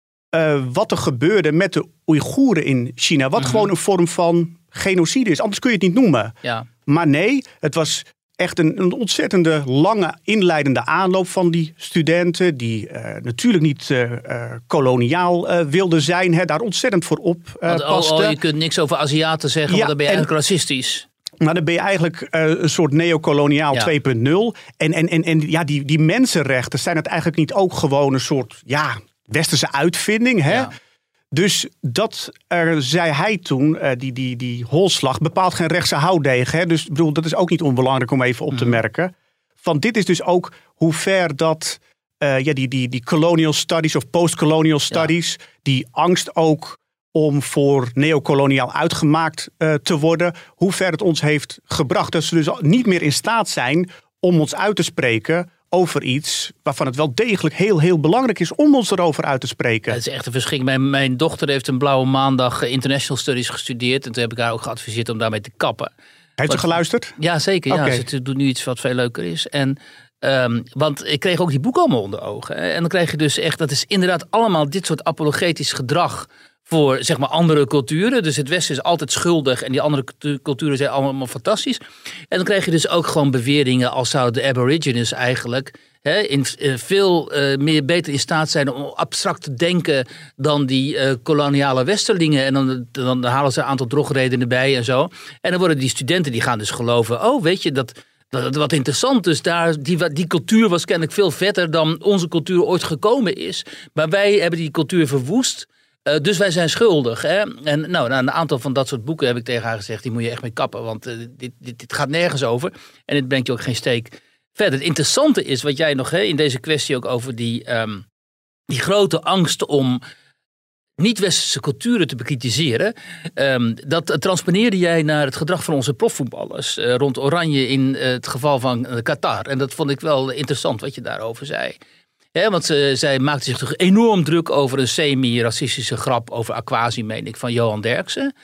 Uh, wat er gebeurde met de Oeigoeren in China. Wat mm-hmm. gewoon een vorm van genocide is. Anders kun je het niet noemen. Ja. Maar nee, het was echt een, een ontzettende lange inleidende aanloop van die studenten. Die uh, natuurlijk niet uh, uh, koloniaal uh, wilden zijn. Hè, daar ontzettend voor op uh, want, pasten. Oh, oh, je kunt niks over Aziaten zeggen, ja, want dan ben je en, eigenlijk racistisch. Maar dan ben je eigenlijk uh, een soort neocoloniaal ja. twee punt nul. En, en, en, en ja, die, die mensenrechten zijn het eigenlijk niet ook gewoon een soort ja, westerse uitvinding, hè? Ja. Dus dat er, zei hij toen, uh, die, die, die Holslag, bepaalt geen rechtse houtdegen. Hè? Dus bedoel, dat is ook niet onbelangrijk om even op te merken. Van dit is dus ook hoe ver dat uh, ja, die, die, die colonial studies of post-colonial studies, ja. die angst ook om voor neocoloniaal uitgemaakt uh, te worden, hoe ver het ons heeft gebracht. Dat ze dus niet meer in staat zijn om ons uit te spreken over iets waarvan het wel degelijk heel, heel belangrijk is om ons erover uit te spreken. Ja, het is echt een verschil. Mijn, mijn dochter heeft een blauwe maandag International Studies gestudeerd. En toen heb ik haar ook geadviseerd om daarmee te kappen. Heeft ze geluisterd? Ja, zeker. Okay. Ja, ze doet nu iets wat veel leuker is. En, um, want ik kreeg ook die boeken allemaal onder ogen. En dan krijg je dus echt, dat is inderdaad allemaal dit soort apologetisch gedrag voor zeg maar andere culturen. Dus het Westen is altijd schuldig en die andere culturen zijn allemaal fantastisch. En dan krijg je dus ook gewoon beweringen als zouden de Aborigines eigenlijk hè, in, uh, veel uh, meer beter in staat zijn om abstract te denken dan die uh, koloniale Westerlingen. En dan, dan halen ze een aantal drogredenen bij en zo. En dan worden die studenten die gaan dus geloven, oh weet je dat... Dat, wat interessant dus, daar, die, die cultuur was kennelijk veel vetter dan onze cultuur ooit gekomen is. Maar wij hebben die cultuur verwoest. Uh, dus wij zijn schuldig. Hè? En nou, na een aantal van dat soort boeken heb ik tegen haar gezegd, die moet je echt mee kappen. Want uh, dit, dit, dit gaat nergens over. En dit brengt je ook geen steek verder. Het interessante is wat jij nog hè, in deze kwestie ook over die, um, die grote angst om niet-westerse culturen te bekritiseren. Um, dat transponeerde jij naar het gedrag van onze profvoetballers uh, rond Oranje in uh, het geval van uh, Qatar. En dat vond ik wel interessant wat je daarover zei. Ja, want ze, zij maakte zich toch enorm druk over een semi-racistische grap over Aquasi, meen ik, van Johan Derksen.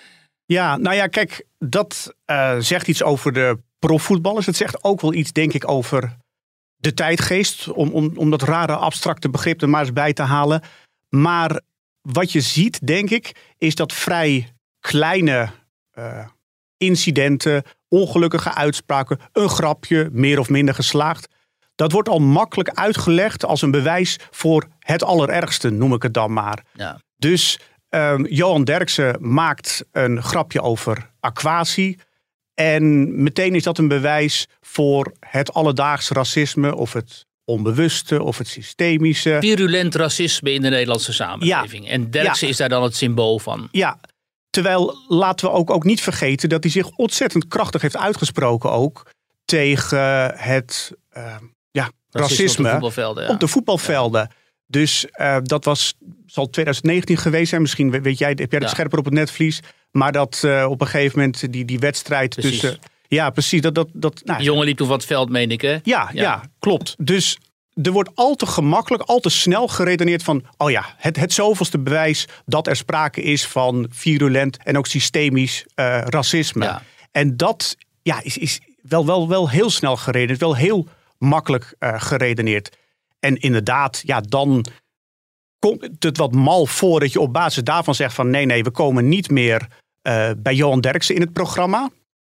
Ja, nou ja, kijk, dat uh, zegt iets over de profvoetballers. Het zegt ook wel iets, denk ik, over de tijdgeest. Om, om, om dat rare abstracte begrip er maar eens bij te halen. Maar wat je ziet, denk ik, is dat vrij kleine uh, incidenten, ongelukkige uitspraken, een grapje, meer of minder geslaagd. Dat wordt al makkelijk uitgelegd als een bewijs voor het allerergste, noem ik het dan maar. Ja. Dus um, Johan Derksen maakt een grapje over aquatie. En meteen is dat een bewijs voor het alledaags racisme of het onbewuste of het systemische. Virulent racisme in de Nederlandse samenleving. Ja. En Derksen ja. is daar dan het symbool van. Ja, terwijl laten we ook, ook niet vergeten dat hij zich ontzettend krachtig heeft uitgesproken ook tegen het uh, ja, racisme, racisme op de voetbalvelden. Ja. Op de voetbalvelden. Ja. Dus uh, dat was, zal twintig negentien geweest zijn. Misschien weet jij, heb jij het ja. scherper op het netvlies. Maar dat uh, op een gegeven moment die, die wedstrijd precies. tussen. Ja, precies. Dat, dat, dat, nou, de jongen liep toen van het veld, meen ik, hè? Ja, ja. ja, klopt. Dus er wordt al te gemakkelijk, al te snel geredeneerd van, oh ja, het, het zoveelste bewijs dat er sprake is van virulent en ook systemisch uh, racisme. Ja. En dat ja, is, is wel, wel, wel heel snel geredeneerd, wel heel makkelijk uh, geredeneerd. En inderdaad, ja, dan komt het wat mal voor dat je op basis daarvan zegt van nee, nee, we komen niet meer uh, bij Johan Derksen in het programma.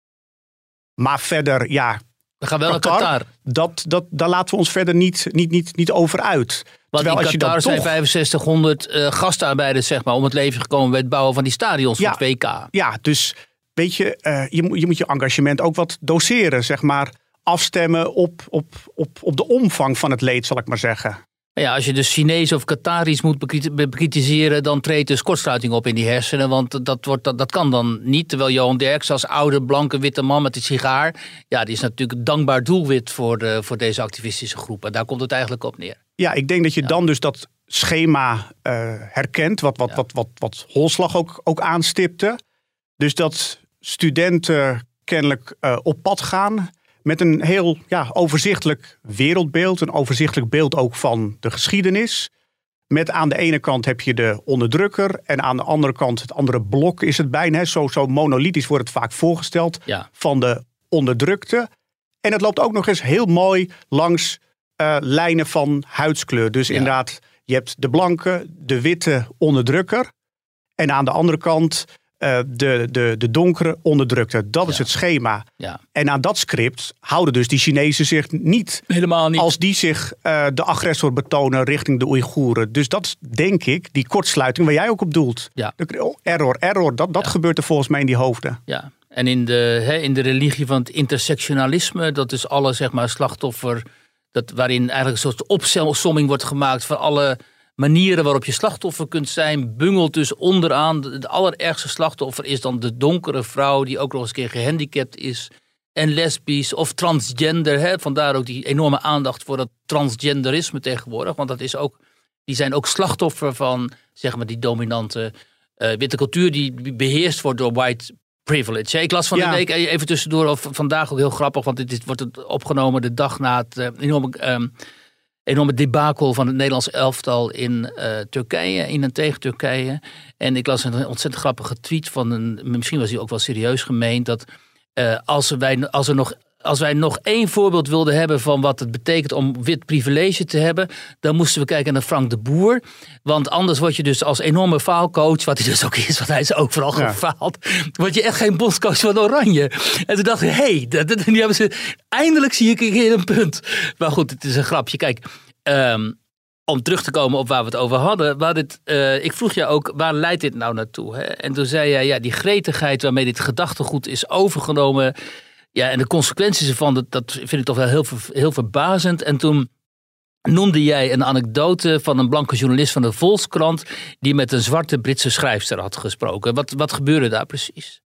Maar verder, ja, we gaan wel naar Qatar. Qatar. Dat, dat, daar laten we ons verder niet, niet, niet, niet over uit. Want in Qatar zijn toch vijfenzestighonderd uh, gastarbeiders zeg maar, om het leven gekomen bij het bouwen van die stadions ja, voor het W K. Ja, dus weet je, uh, je, je moet je engagement ook wat doseren, zeg maar. Afstemmen op, op, op, op de omvang van het leed, zal ik maar zeggen. Ja, als je dus Chinezen of Qataris moet bekritiseren, dan treedt dus kortsluiting op in die hersenen. Want dat, wordt, dat, dat kan dan niet. Terwijl Johan Derksen als oude, blanke, witte man met een sigaar, ja, die is natuurlijk een dankbaar doelwit voor, de, voor deze activistische groep. En daar komt het eigenlijk op neer. Ja, ik denk dat je ja. dan dus dat schema uh, herkent, wat, wat, ja. wat, wat, wat Holslag ook, ook aanstipte. Dus dat studenten kennelijk uh, op pad gaan met een heel ja, overzichtelijk wereldbeeld. Een overzichtelijk beeld ook van de geschiedenis. Met aan de ene kant heb je de onderdrukker. En aan de andere kant, het andere blok is het bijna. Zo, zo monolithisch wordt het vaak voorgesteld. Ja. Van de onderdrukte. En het loopt ook nog eens heel mooi langs uh, lijnen van huidskleur. Dus ja. inderdaad, je hebt de blanke, de witte onderdrukker. En aan de andere kant Uh, de, de, de donkere onderdrukte. Dat ja. is het schema. Ja. En aan dat script houden dus die Chinezen zich niet. Helemaal niet. Als die zich uh, de agressor betonen richting de Oeigoeren. Dus dat is denk ik die kortsluiting waar jij ook op doelt. Ja. De, error, error. Dat, dat ja. gebeurt er volgens mij in die hoofden. Ja. En in de, hè, in de religie van het intersectionalisme. Dat is alle zeg maar slachtoffer. Dat, waarin eigenlijk een soort opsomming wordt gemaakt van alle manieren waarop je slachtoffer kunt zijn, bungelt dus onderaan. Het allerergste slachtoffer is dan de donkere vrouw die ook nog eens een keer gehandicapt is en lesbisch of transgender. Hè? Vandaar ook die enorme aandacht voor dat transgenderisme tegenwoordig. Want dat is ook, die zijn ook slachtoffer van zeg maar die dominante uh, witte cultuur die beheerst wordt door white privilege. Ik las van de ja. week even tussendoor, of vandaag ook heel grappig, want dit wordt opgenomen de dag na het uh, enorme Um, enorme debakel van het Nederlands elftal in uh, Turkije, in en tegen Turkije. En ik las een ontzettend grappige tweet van een, misschien was hij ook wel serieus gemeend, dat uh, als, wij, als, er nog, als wij nog één voorbeeld wilden hebben van wat het betekent om wit privilege te hebben, dan moesten we kijken naar Frank de Boer. Want anders word je dus als enorme faalcoach, wat hij dus ook is, want hij is ook vooral ja. gefaald, word je echt geen bondscoach van Oranje. En toen dacht ik, hé, hey, nu hebben ze, eindelijk zie ik hier een punt. Maar goed, het is een grapje. Kijk, um, om terug te komen op waar we het over hadden. Waar dit, uh, ik vroeg je ook, waar leidt dit nou naartoe? Hè? En toen zei jij, ja, die gretigheid waarmee dit gedachtegoed is overgenomen, ja, en de consequenties ervan, dat, dat vind ik toch wel heel, heel verbazend. En toen noemde jij een anekdote van een blanke journalist van de Volkskrant die met een zwarte Britse schrijfster had gesproken. Wat, wat gebeurde daar precies?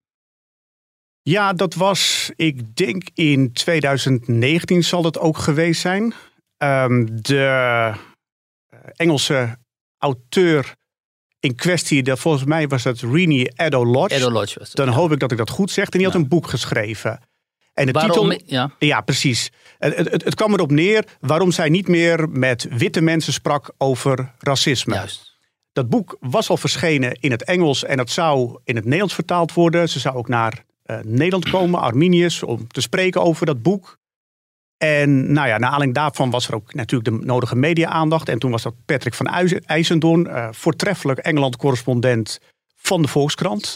Ja, dat was, ik denk in twintig negentien zal het ook geweest zijn. Um, de Engelse auteur in kwestie, de, volgens mij was dat Renée Edo Lodge. Edo Lodge was het, Dan ja. hoop ik dat ik dat goed zeg. En die had ja. een boek geschreven. En de waarom, titel, ja. ja, precies. Het, het, het kwam erop neer waarom zij niet meer met witte mensen sprak over racisme. Juist. Dat boek was al verschenen in het Engels en dat zou in het Nederlands vertaald worden. Ze zou ook naar uh, Nederland komen, Arminius, om te spreken over dat boek. En nou ja, naar aanleiding daarvan was er ook natuurlijk de nodige media-aandacht. En toen was dat Patrick van IJzendoorn, uh, voortreffelijk Engeland-correspondent van de Volkskrant.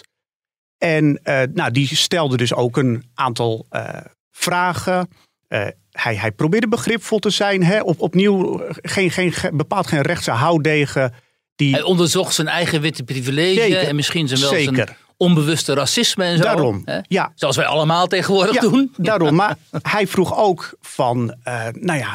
En uh, nou, die stelde dus ook een aantal uh, vragen. Uh, hij, hij probeerde begripvol te zijn. Hè? Op, opnieuw geen, geen, bepaald geen rechtse houdegen. Die... Hij onderzocht zijn eigen witte privilege Zeker, en misschien zijn wel zeker. zijn onbewuste racisme en zo. Daarom, hè? ja. Zoals wij allemaal tegenwoordig ja, doen. Daarom, maar hij vroeg ook van, uh, nou ja,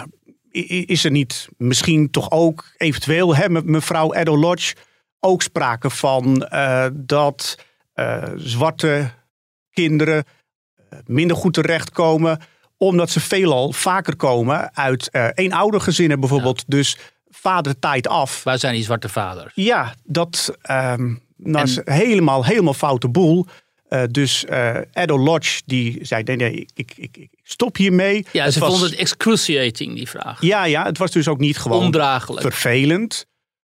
is er niet misschien toch ook eventueel, hè, mevrouw Edo Lodge, ook sprake van uh, dat uh, zwarte kinderen uh, minder goed terechtkomen, omdat ze veelal vaker komen uit uh, eenoudergezinnen bijvoorbeeld. Ja. Dus vader taait af. Waar zijn die zwarte vaders? Ja, dat um, nou, en... is helemaal, helemaal foute boel. Uh, dus uh, Edo Lodge die zei, nee, nee, ik, ik, ik, ik stop hiermee. Ja, het ze was... vonden het excruciating, die vraag. Ja, ja, het was dus ook niet gewoon ondraaglijk, vervelend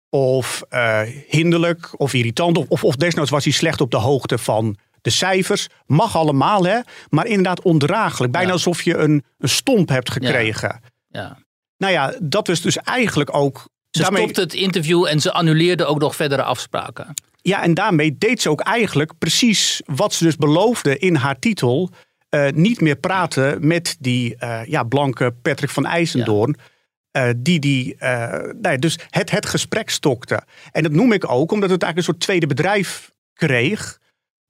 of uh, hinderlijk of irritant. Of, of, of desnoods was hij slecht op de hoogte van de cijfers. Mag allemaal, hè. Maar inderdaad ondraaglijk. Bijna ja. alsof je een, een stomp hebt gekregen. Ja. ja. Nou ja, dat was dus eigenlijk ook... Ze daarmee... stopte het interview en ze annuleerde ook nog verdere afspraken. Ja, en daarmee deed ze ook eigenlijk precies wat ze dus beloofde in haar titel. Uh, niet meer praten met die uh, ja, blanke Patrick van IJzendoorn. Ja. Uh, die die uh, nee, dus het, het gesprek stokte. En dat noem ik ook omdat het eigenlijk een soort tweede bedrijf kreeg.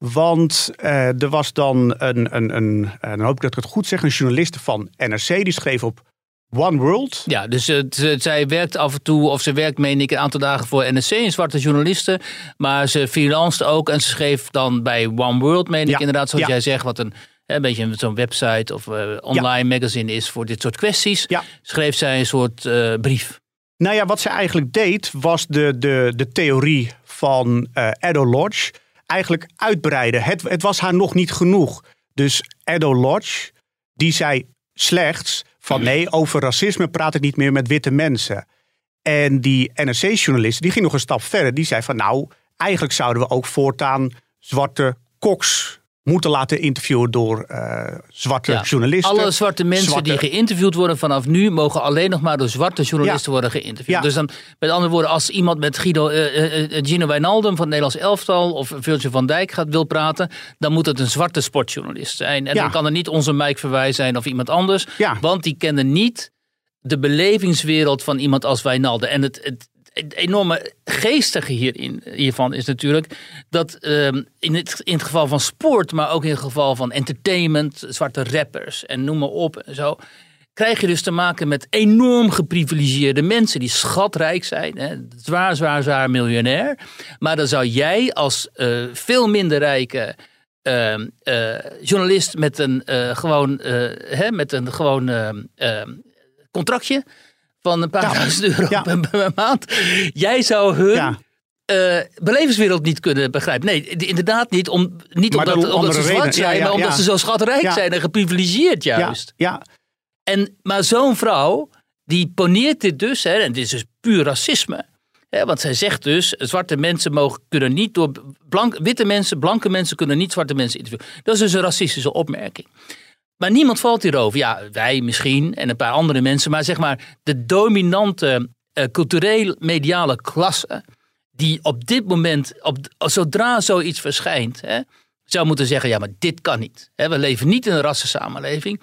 Want uh, er was dan een, een, een, dan hoop ik dat ik het goed zeg, een journaliste van N R C. Die schreef op One World. Ja, dus uh, z- zij werkt af en toe, of ze werkt, meen ik, een aantal dagen voor N R C, een zwarte journaliste. Maar ze freelanced ook en ze schreef dan bij One World, meen ik ja. inderdaad, zoals ja. jij zegt, wat een, een beetje zo'n website of uh, online ja. magazine is voor dit soort kwesties. Ja. Schreef zij een soort uh, brief. Nou ja, wat ze eigenlijk deed, was de, de, de theorie van uh, Edo Lodge eigenlijk uitbreiden. Het, het was haar nog niet genoeg. Dus Edo Lodge, die zei slechts van nee, over racisme praat ik niet meer met witte mensen. En die N R C-journalist, die ging nog een stap verder. Die zei van nou, eigenlijk zouden we ook voortaan zwarte koks moeten laten interviewen door uh, zwarte ja, journalisten. Alle zwarte mensen zwarte... die geïnterviewd worden vanaf nu mogen alleen nog maar door zwarte journalisten ja. worden geïnterviewd. Ja. Dus dan, met andere woorden, als iemand met Guido, uh, uh, Gino Wijnaldum van het Nederlands elftal of Virgil van Dijk gaat wil praten, dan moet het een zwarte sportjournalist zijn. En ja. dan kan er niet onze Mike Verwij zijn of iemand anders, ja. want die kennen niet de belevingswereld van iemand als Wijnaldum. En het, het Het enorme geestige hierin, hiervan is natuurlijk dat um, in, het, in het geval van sport, maar ook in het geval van entertainment, zwarte rappers en noem maar op en zo, krijg je dus te maken met enorm geprivilegeerde mensen die schatrijk zijn, hè, zwaar, zwaar, zwaar miljonair. Maar dan zou jij als uh, veel minder rijke uh, uh, journalist met een uh, gewoon, uh, hè, met een gewoon uh, uh, contractje van een paar ja. duizend euro ja. per, per maand. Jij zou hun ja. uh, belevingswereld niet kunnen begrijpen. Nee, inderdaad niet. Om, niet maar omdat, omdat ze zwart zijn, ja, ja, maar omdat ja. ze zo schatrijk ja. zijn en geprivilegeerd juist. Ja. Ja. En, maar zo'n vrouw, die poneert dit dus, hè, en dit is dus puur racisme. Hè, want zij zegt dus, zwarte mensen mogen, kunnen niet door blank, witte mensen, blanke mensen kunnen niet zwarte mensen interviewen. Dat is dus een racistische opmerking. Maar niemand valt hierover. Ja, wij misschien en een paar andere mensen. Maar zeg maar de dominante uh, cultureel-mediale klasse die op dit moment, op, zodra zoiets verschijnt, hè, zou moeten zeggen, ja, maar dit kan niet. Hè, we leven niet in een rassensamenleving.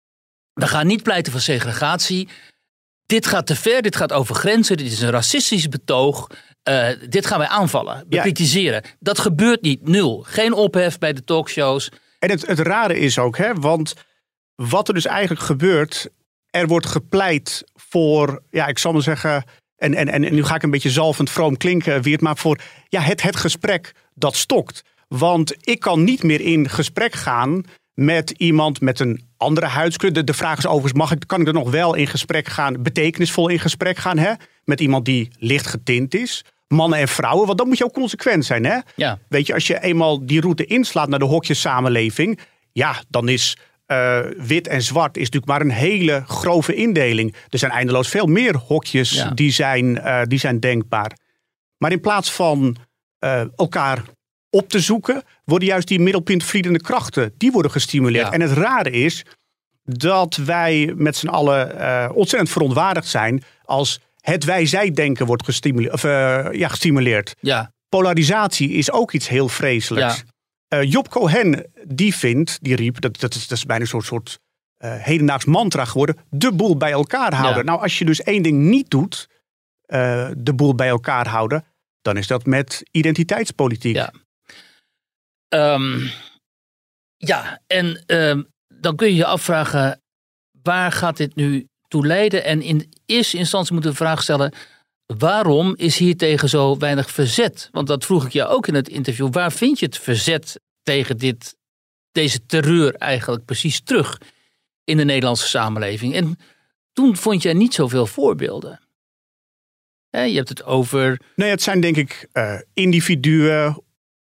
We gaan niet pleiten voor segregatie. Dit gaat te ver, dit gaat over grenzen. Dit is een racistisch betoog. Uh, dit gaan wij aanvallen, bekritiseren. Ja. Dat gebeurt niet, nul. Geen ophef bij de talkshows. En het, het rare is ook, hè, want wat er dus eigenlijk gebeurt, er wordt gepleit voor, ja, ik zal maar zeggen, en, en, en nu ga ik een beetje zalvend vroom klinken, Wiert, maar voor ja, het, het gesprek dat stokt. Want ik kan niet meer in gesprek gaan met iemand met een andere huidskleur. De, de vraag is overigens, mag ik, kan ik er nog wel in gesprek gaan, betekenisvol in gesprek gaan, hè? Met iemand die licht getint is. Mannen en vrouwen, want dan moet je ook consequent zijn. Hè? Ja. Weet je, als je eenmaal die route inslaat naar de hokjessamenleving, ja, dan is uh, wit en zwart is natuurlijk maar een hele grove indeling. Er zijn eindeloos veel meer hokjes ja. die, zijn, uh, die zijn denkbaar. Maar in plaats van uh, elkaar op te zoeken, worden juist die middelpuntvliedende krachten, die worden gestimuleerd. Ja. En het rare is dat wij met z'n allen uh, ontzettend verontwaardigd zijn als het wij-zij-denken wordt gestimuleerd. Of, uh, ja, gestimuleerd. Ja. Polarisatie is ook iets heel vreselijks. Ja. Uh, Job Cohen, die vindt, die riep, dat, dat, is, dat is bijna een soort, soort uh, hedendaags mantra geworden, de boel bij elkaar houden. Ja. Nou, als je dus één ding niet doet, uh, de boel bij elkaar houden, dan is dat met identiteitspolitiek. Ja, um, ja en um, dan kun je je afvragen, waar gaat dit nu toe leiden? En in eerste instantie moeten we de vraag stellen, waarom is hier tegen zo weinig verzet? Want dat vroeg ik jou ook in het interview. Waar vind je het verzet tegen dit, deze terreur eigenlijk precies terug in de Nederlandse samenleving? En toen vond jij niet zoveel voorbeelden. He, je hebt het over... Nee, het zijn denk ik uh, individuen.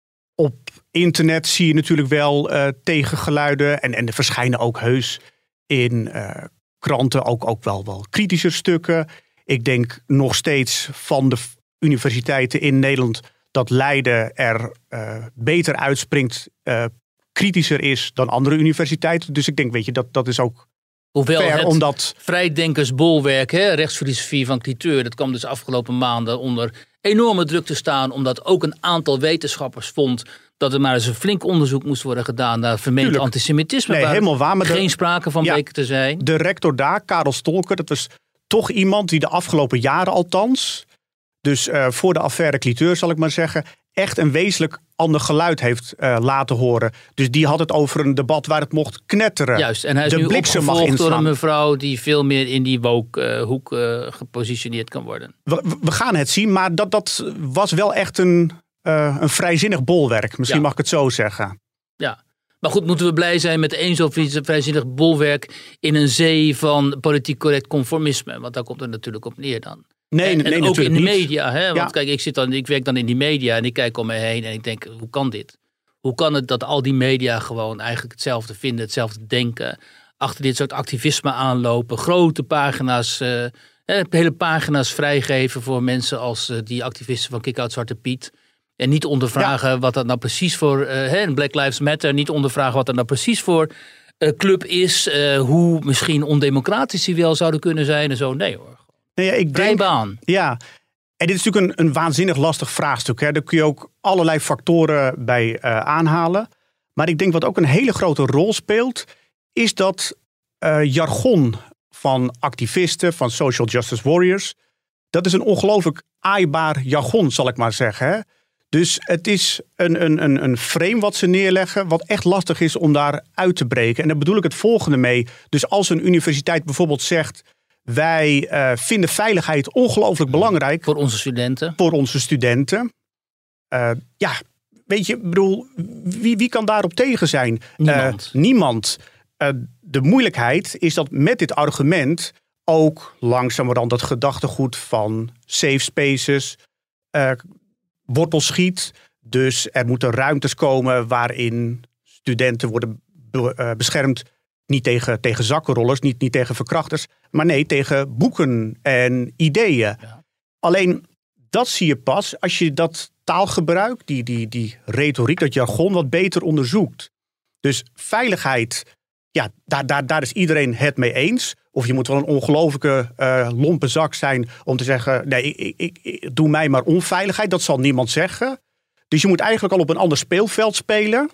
Op internet zie je natuurlijk wel uh, tegengeluiden. En, en er verschijnen ook heus in uh, kranten ook, ook wel, wel kritische stukken. Ik denk nog steeds van de universiteiten in Nederland dat Leiden er uh, beter uitspringt, uh, kritischer is dan andere universiteiten. Dus ik denk, weet je, dat, dat is ook Hoewel fair, het omdat... vrijdenkersbolwerk, hè, rechtsfilosofie van Cliteur, dat kwam dus afgelopen maanden onder enorme druk te staan, omdat ook een aantal wetenschappers vond dat er maar eens een flink onderzoek moest worden gedaan naar vermeend Tuurlijk. antisemitisme. Nee, helemaal waar. Maar geen de, sprake van ja, bleek te zijn. De rector daar, Karel Stolker, dat was toch iemand die de afgelopen jaren althans, dus uh, voor de affaire Cliteur zal ik maar zeggen, echt een wezenlijk ander geluid heeft uh, laten horen. Dus die had het over een debat waar het mocht knetteren. Juist, en hij is de nu opgevolgd door een mevrouw die veel meer in die woke-hoek uh, gepositioneerd kan worden. We, we gaan het zien, maar dat, dat was wel echt een, uh, een vrijzinnig bolwerk. Misschien ja. mag ik het zo zeggen. Ja. Maar goed, moeten we blij zijn met één zo'n vrijzinnig bolwerk in een zee van politiek correct conformisme. Want daar komt het natuurlijk op neer dan. Nee, en, nee, en ook in de niet. media. Hè? Want ja. kijk, ik, zit dan, ik werk dan in die media en ik kijk om me heen en ik denk, hoe kan dit? Hoe kan het dat al die media gewoon eigenlijk hetzelfde vinden, hetzelfde denken, achter dit soort activisme aanlopen, grote pagina's, uh, hele pagina's vrijgeven voor mensen als uh, die activisten van Kick-Out Zwarte Piet. En niet ondervragen ja. wat dat nou precies voor, uh, hè, Black Lives Matter, niet ondervragen wat dat nou precies voor uh, club is, uh, hoe misschien ondemocratisch die wel zouden kunnen zijn en zo. Nee hoor. Nee, ja, ik denk, baan. Ja, en dit is natuurlijk een, een waanzinnig lastig vraagstuk. Hè. Daar kun je ook allerlei factoren bij uh, aanhalen. Maar ik denk wat ook een hele grote rol speelt, is dat uh, jargon van activisten, van social justice warriors, dat is een ongelooflijk aaibaar jargon, zal ik maar zeggen. Hè. Dus het is een, een, een, een frame wat ze neerleggen, wat echt lastig is om daar uit te breken. En daar bedoel ik het volgende mee. Dus als een universiteit bijvoorbeeld zegt, wij uh, vinden veiligheid ongelooflijk belangrijk. Voor onze studenten. Voor onze studenten. Uh, ja, weet je, bedoel, wie, wie kan daarop tegen zijn? Niemand. Uh, niemand. Uh, de moeilijkheid is dat met dit argument ook langzamerhand het gedachtegoed van safe spaces uh, wortel schiet. Dus er moeten ruimtes komen waarin studenten worden be- uh, beschermd. Niet tegen, tegen zakkenrollers, niet, niet tegen verkrachters. Maar nee, tegen boeken en ideeën. Ja. Alleen, dat zie je pas als je dat taalgebruik, die, die, die retoriek, dat jargon wat beter onderzoekt. Dus veiligheid, ja, daar, daar, daar is iedereen het mee eens. Of je moet wel een ongelofelijke uh, lompe zak zijn om te zeggen, nee, ik, ik, ik, doe mij maar onveiligheid. Dat zal niemand zeggen. Dus je moet eigenlijk al op een ander speelveld spelen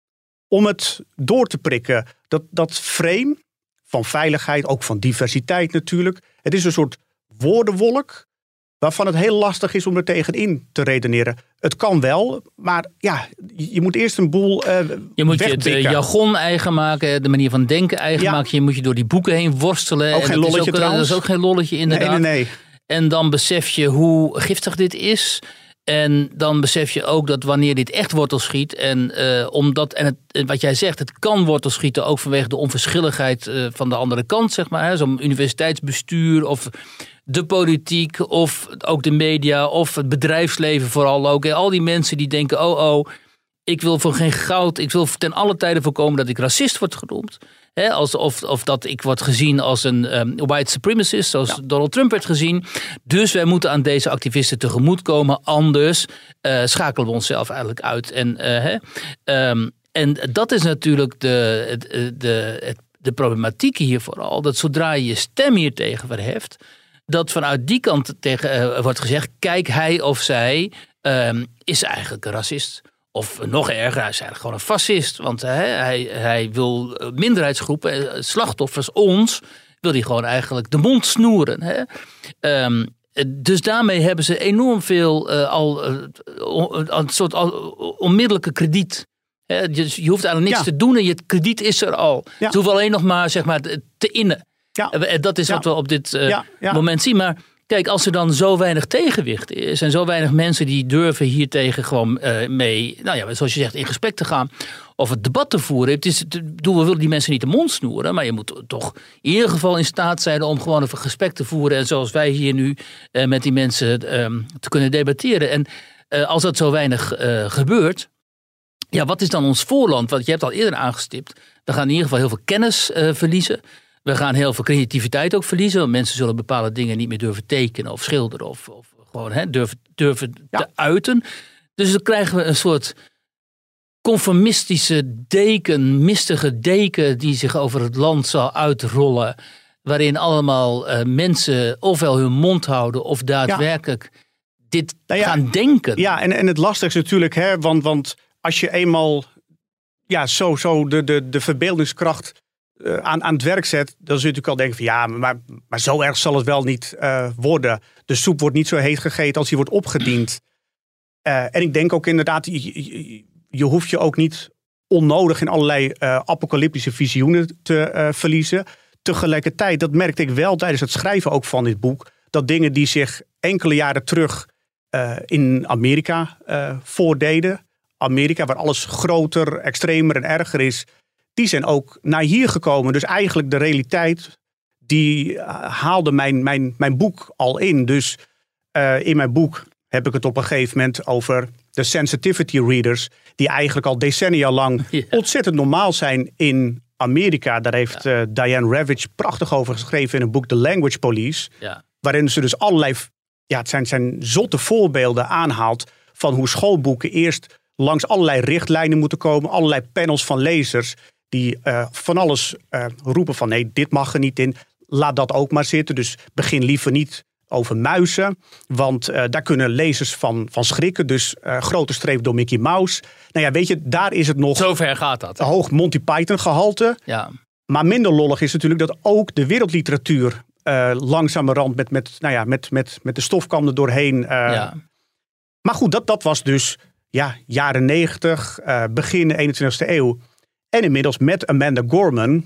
om het door te prikken. Dat, dat frame van veiligheid, ook van diversiteit natuurlijk. Het is een soort woordenwolk waarvan het heel lastig is om er tegenin te redeneren. Het kan wel, maar ja, je moet eerst een boel uh, Je moet wegpikken. je het uh, jargon eigen maken, de manier van denken eigen ja. maken. Je moet je door die boeken heen worstelen. Ook en geen dat lolletje is ook, trouwens. Dat is ook geen lolletje inderdaad. Nee, nee, nee. En dan besef je hoe giftig dit is. En dan besef je ook dat wanneer dit echt wortel schiet, en uh, omdat, en het, wat jij zegt, het kan wortel schieten ook vanwege de onverschilligheid uh, van de andere kant, zeg maar. Hè, zo'n universiteitsbestuur of de politiek of ook de media of het bedrijfsleven vooral ook. En al die mensen die denken, oh oh, ik wil voor geen goud, ik wil ten alle tijde voorkomen dat ik racist word genoemd. He, als, of, of dat ik word gezien als een um, white supremacist, zoals ja. Donald Trump werd gezien. Dus wij moeten aan deze activisten tegemoetkomen, anders uh, schakelen we onszelf eigenlijk uit. En, uh, he, um, en dat is natuurlijk de, de, de, de problematiek hier vooral, dat zodra je je stem hier tegen verheft, dat vanuit die kant tegen uh, wordt gezegd, kijk, hij of zij um, is eigenlijk een racist. Of nog erger, hij is eigenlijk gewoon een fascist. Want hij, hij, hij wil minderheidsgroepen, slachtoffers, ons, wil hij gewoon eigenlijk de mond snoeren. Hè? Um, dus daarmee hebben ze enorm veel uh, al uh, een soort al, onmiddellijke krediet. Hè? Dus je hoeft eigenlijk niks ja. te doen en je krediet is er al. Ja. Ze hoeven alleen nog maar, zeg maar te innen. Ja. En dat is ja. wat we op dit uh, ja. Ja. moment zien. Maar kijk, als er dan zo weinig tegenwicht is en zo weinig mensen die durven hier tegen gewoon uh, mee, nou ja, zoals je zegt, in gesprek te gaan of het debat te voeren. Het is, het, we willen die mensen niet de mond snoeren, maar je moet toch in ieder geval in staat zijn om gewoon een gesprek te voeren en zoals wij hier nu uh, met die mensen um, te kunnen debatteren. En uh, als dat zo weinig uh, gebeurt, ja, wat is dan ons voorland? Want je hebt al eerder aangestipt, we gaan in ieder geval heel veel kennis uh, verliezen. We gaan heel veel creativiteit ook verliezen. Want mensen zullen bepaalde dingen niet meer durven tekenen of schilderen. Of, of gewoon hè, durven, durven ja. te uiten. Dus dan krijgen we een soort conformistische deken, mistige deken die zich over het land zal uitrollen. Waarin allemaal uh, mensen ofwel hun mond houden of daadwerkelijk ja. dit nou ja, gaan denken. Ja, en, en het lastigste is natuurlijk, hè, want, want als je eenmaal ja, zo, zo de, de, de verbeeldingskracht Uh, aan, aan het werk zet, dan zul je natuurlijk al denken van ja, maar, maar zo erg zal het wel niet uh, worden. De soep wordt niet zo heet gegeten als die wordt opgediend. Uh, en ik denk ook inderdaad, je, je, je hoeft je ook niet onnodig in allerlei uh, apocalyptische visioenen te uh, verliezen. Tegelijkertijd, dat merkte ik wel tijdens het schrijven ook van dit boek, dat dingen die zich enkele jaren terug uh, in Amerika uh, voordeden, Amerika waar alles groter, extremer en erger is, die zijn ook naar hier gekomen. Dus eigenlijk de realiteit, die uh, haalde mijn, mijn, mijn boek al in. Dus uh, in mijn boek heb ik het op een gegeven moment over de sensitivity readers, die eigenlijk al decennia lang ja. ontzettend normaal zijn in Amerika. Daar heeft ja. uh, Diane Ravitch prachtig over geschreven in een boek The Language Police. Ja. Waarin ze dus allerlei, ja, het zijn, zijn zotte voorbeelden aanhaalt van hoe schoolboeken eerst langs allerlei richtlijnen moeten komen. Allerlei panels van lezers die uh, van alles uh, roepen van nee, dit mag er niet in. Laat dat ook maar zitten. Dus begin liever niet over muizen. Want uh, daar kunnen lezers van, van schrikken. Dus uh, grote streep door Mickey Mouse. Nou ja, weet je, daar is het nog zover gaat dat. Hoog Monty Python gehalte. Ja. Maar minder lollig is natuurlijk dat ook de wereldliteratuur uh, langzamerhand met, met, nou ja, met, met, met de stofkam er doorheen. Uh, ja. Maar goed, dat, dat was dus ja, jaren negentig, uh, begin eenentwintigste eeuw. En inmiddels met Amanda Gorman,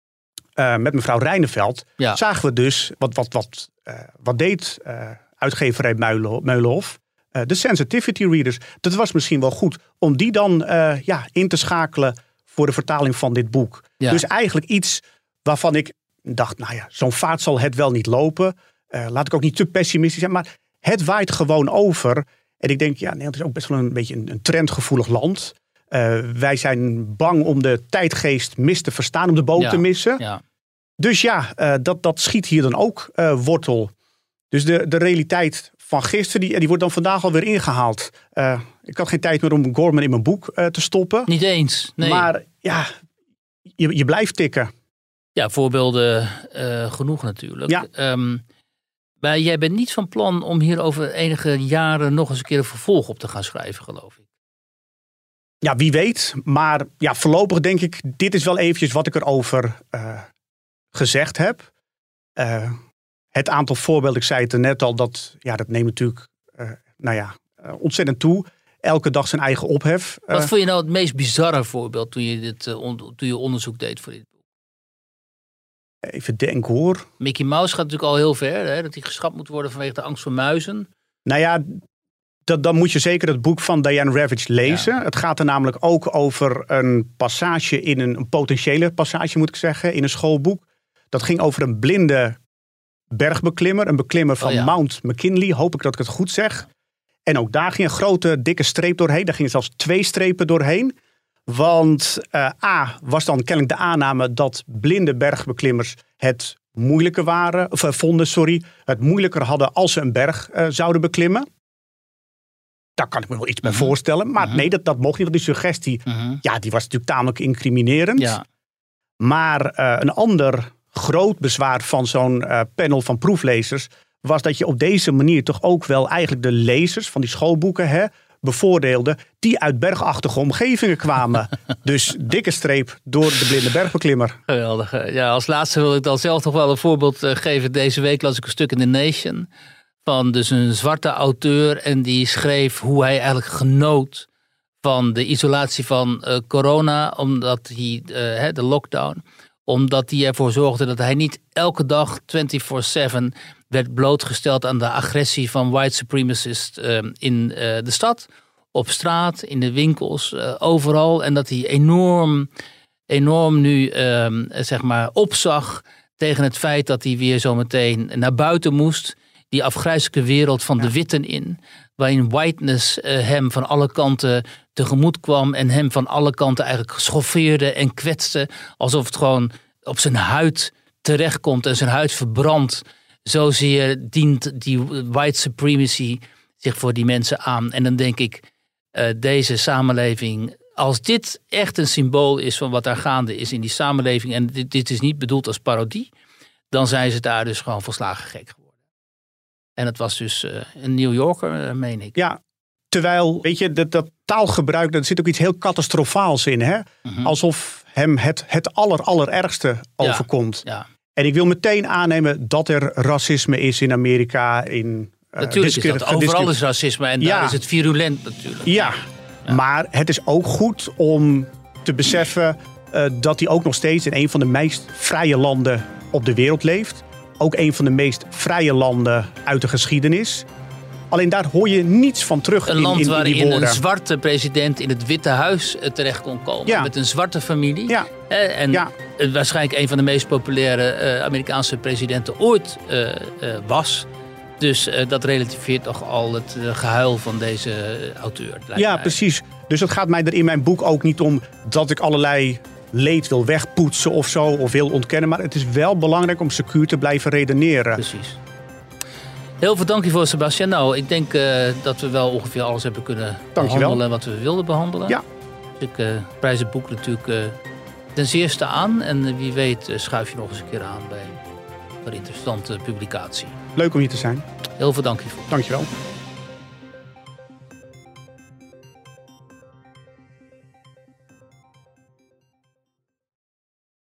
uh, met mevrouw Rijneveld, ja. zagen we dus, wat, wat, wat, uh, wat deed uh, uitgeverij Meulenhof, uh, de sensitivity readers. Dat was misschien wel goed om die dan uh, ja, in te schakelen voor de vertaling van dit boek. Ja. Dus eigenlijk iets waarvan ik dacht, nou ja, zo'n vaart zal het wel niet lopen. Uh, laat ik ook niet te pessimistisch zijn, maar het waait gewoon over. En ik denk, ja, Nederland is ook best wel een beetje een, een trendgevoelig land. Uh, wij zijn bang om de tijdgeest mis te verstaan, om de boot ja, te missen. Ja. Dus ja, uh, dat, dat schiet hier dan ook uh, wortel. Dus de, de realiteit van gisteren, die, die wordt dan vandaag alweer ingehaald. Uh, ik had geen tijd meer om Gorman in mijn boek uh, te stoppen. Niet eens, nee. Maar ja, je, je blijft tikken. Ja, voorbeelden uh, genoeg natuurlijk. Ja. Um, maar jij bent niet van plan om hier over enige jaren nog eens een keer een vervolg op te gaan schrijven, geloof ik. Ja, wie weet. Maar ja, voorlopig denk ik, dit is wel eventjes wat ik erover uh, gezegd heb. Uh, het aantal voorbeelden, ik zei het er net al, dat, ja, dat neemt natuurlijk uh, nou ja, uh, ontzettend toe. Elke dag zijn eigen ophef. Uh, wat vond je nou het meest bizarre voorbeeld toen je, dit, uh, on, toen je onderzoek deed voor dit boek? Even denken hoor. Mickey Mouse gaat natuurlijk al heel ver, hè, dat hij geschrapt moet worden vanwege de angst voor muizen. Nou ja, dat, dan moet je zeker het boek van Diane Ravitch lezen. Ja. Het gaat er namelijk ook over een passage in een, een potentiële passage, moet ik zeggen, in een schoolboek. Dat ging over een blinde bergbeklimmer, een beklimmer van oh ja. Mount McKinley, hoop ik dat ik het goed zeg. En ook daar ging een grote, dikke streep doorheen. Daar gingen zelfs twee strepen doorheen. Want uh, A, was dan kennelijk de aanname dat blinde bergbeklimmers het moeilijker waren, of uh, vonden, sorry, het moeilijker hadden als ze een berg uh, zouden beklimmen. Daar kan ik me wel iets bij uh-huh. voorstellen. Maar uh-huh. nee, dat, dat mocht niet. Want die suggestie, uh-huh. ja, die was natuurlijk tamelijk incriminerend. Ja. Maar uh, een ander groot bezwaar van zo'n uh, panel van proeflezers was dat je op deze manier toch ook wel eigenlijk de lezers van die schoolboeken hè, bevoordeelde die uit bergachtige omgevingen kwamen. Dus dikke streep door de blinde bergbeklimmer. Geweldig. Ja, als laatste wil ik dan zelf toch wel een voorbeeld geven. Deze week las ik een stuk in The Nation van dus een zwarte auteur en die schreef hoe hij eigenlijk genoot van de isolatie van uh, corona, omdat hij uh, de lockdown, omdat hij ervoor zorgde dat hij niet elke dag vierentwintig zeven werd blootgesteld aan de agressie van white supremacists uh, in uh, de stad, op straat, in de winkels, uh, overal. En dat hij enorm, enorm nu uh, zeg maar opzag tegen het feit dat hij weer zo meteen naar buiten moest. Die afgrijzelijke wereld van de witten in, waarin whiteness uh, hem van alle kanten tegemoet kwam en hem van alle kanten eigenlijk schoffeerde en kwetste, alsof het gewoon op zijn huid terechtkomt en zijn huid verbrandt. Zozeer dient die white supremacy zich voor die mensen aan. En dan denk ik, uh, deze samenleving, als dit echt een symbool is van wat daar gaande is in die samenleving, en dit, dit is niet bedoeld als parodie, dan zijn ze daar dus gewoon volslagen gek geworden. En het was dus uh, een New Yorker, uh, meen ik. Ja, terwijl, weet je, dat, dat taalgebruik, daar zit ook iets heel catastrofaals in. Hè? Mm-hmm. Alsof hem het, het aller, allerergste overkomt. Ja, ja. En ik wil meteen aannemen dat er racisme is in Amerika. In, uh, natuurlijk is dat. Overal is racisme en ja. daar is het virulent natuurlijk. Ja, ja, maar het is ook goed om te beseffen uh, dat hij ook nog steeds in een van de meest vrije landen op de wereld leeft. Ook een van de meest vrije landen uit de geschiedenis. Alleen daar hoor je niets van terug een in, land in, in waarin die woorden. Een zwarte president in het Witte Huis terecht kon komen. Ja. Met een zwarte familie. Ja. En ja. waarschijnlijk een van de meest populaire uh, Amerikaanse presidenten ooit uh, uh, was. Dus uh, dat relativeert toch al het uh, gehuil van deze uh, auteur. Ja, mij. Precies. Dus het gaat mij er in mijn boek ook niet om dat ik allerlei leed wil wegpoetsen of zo, of wil ontkennen. Maar het is wel belangrijk om secuur te blijven redeneren. Precies. Heel veel dank je voor, Sebastian. Nou, ik denk uh, dat we wel ongeveer alles hebben kunnen Dankjewel. behandelen wat we wilden behandelen. Ja. Dus ik uh, prijs het boek natuurlijk uh, ten zeerste aan. En uh, wie weet uh, schuif je nog eens een keer aan bij een interessante publicatie. Leuk om hier te zijn. Heel veel dank je voor. Dankjewel.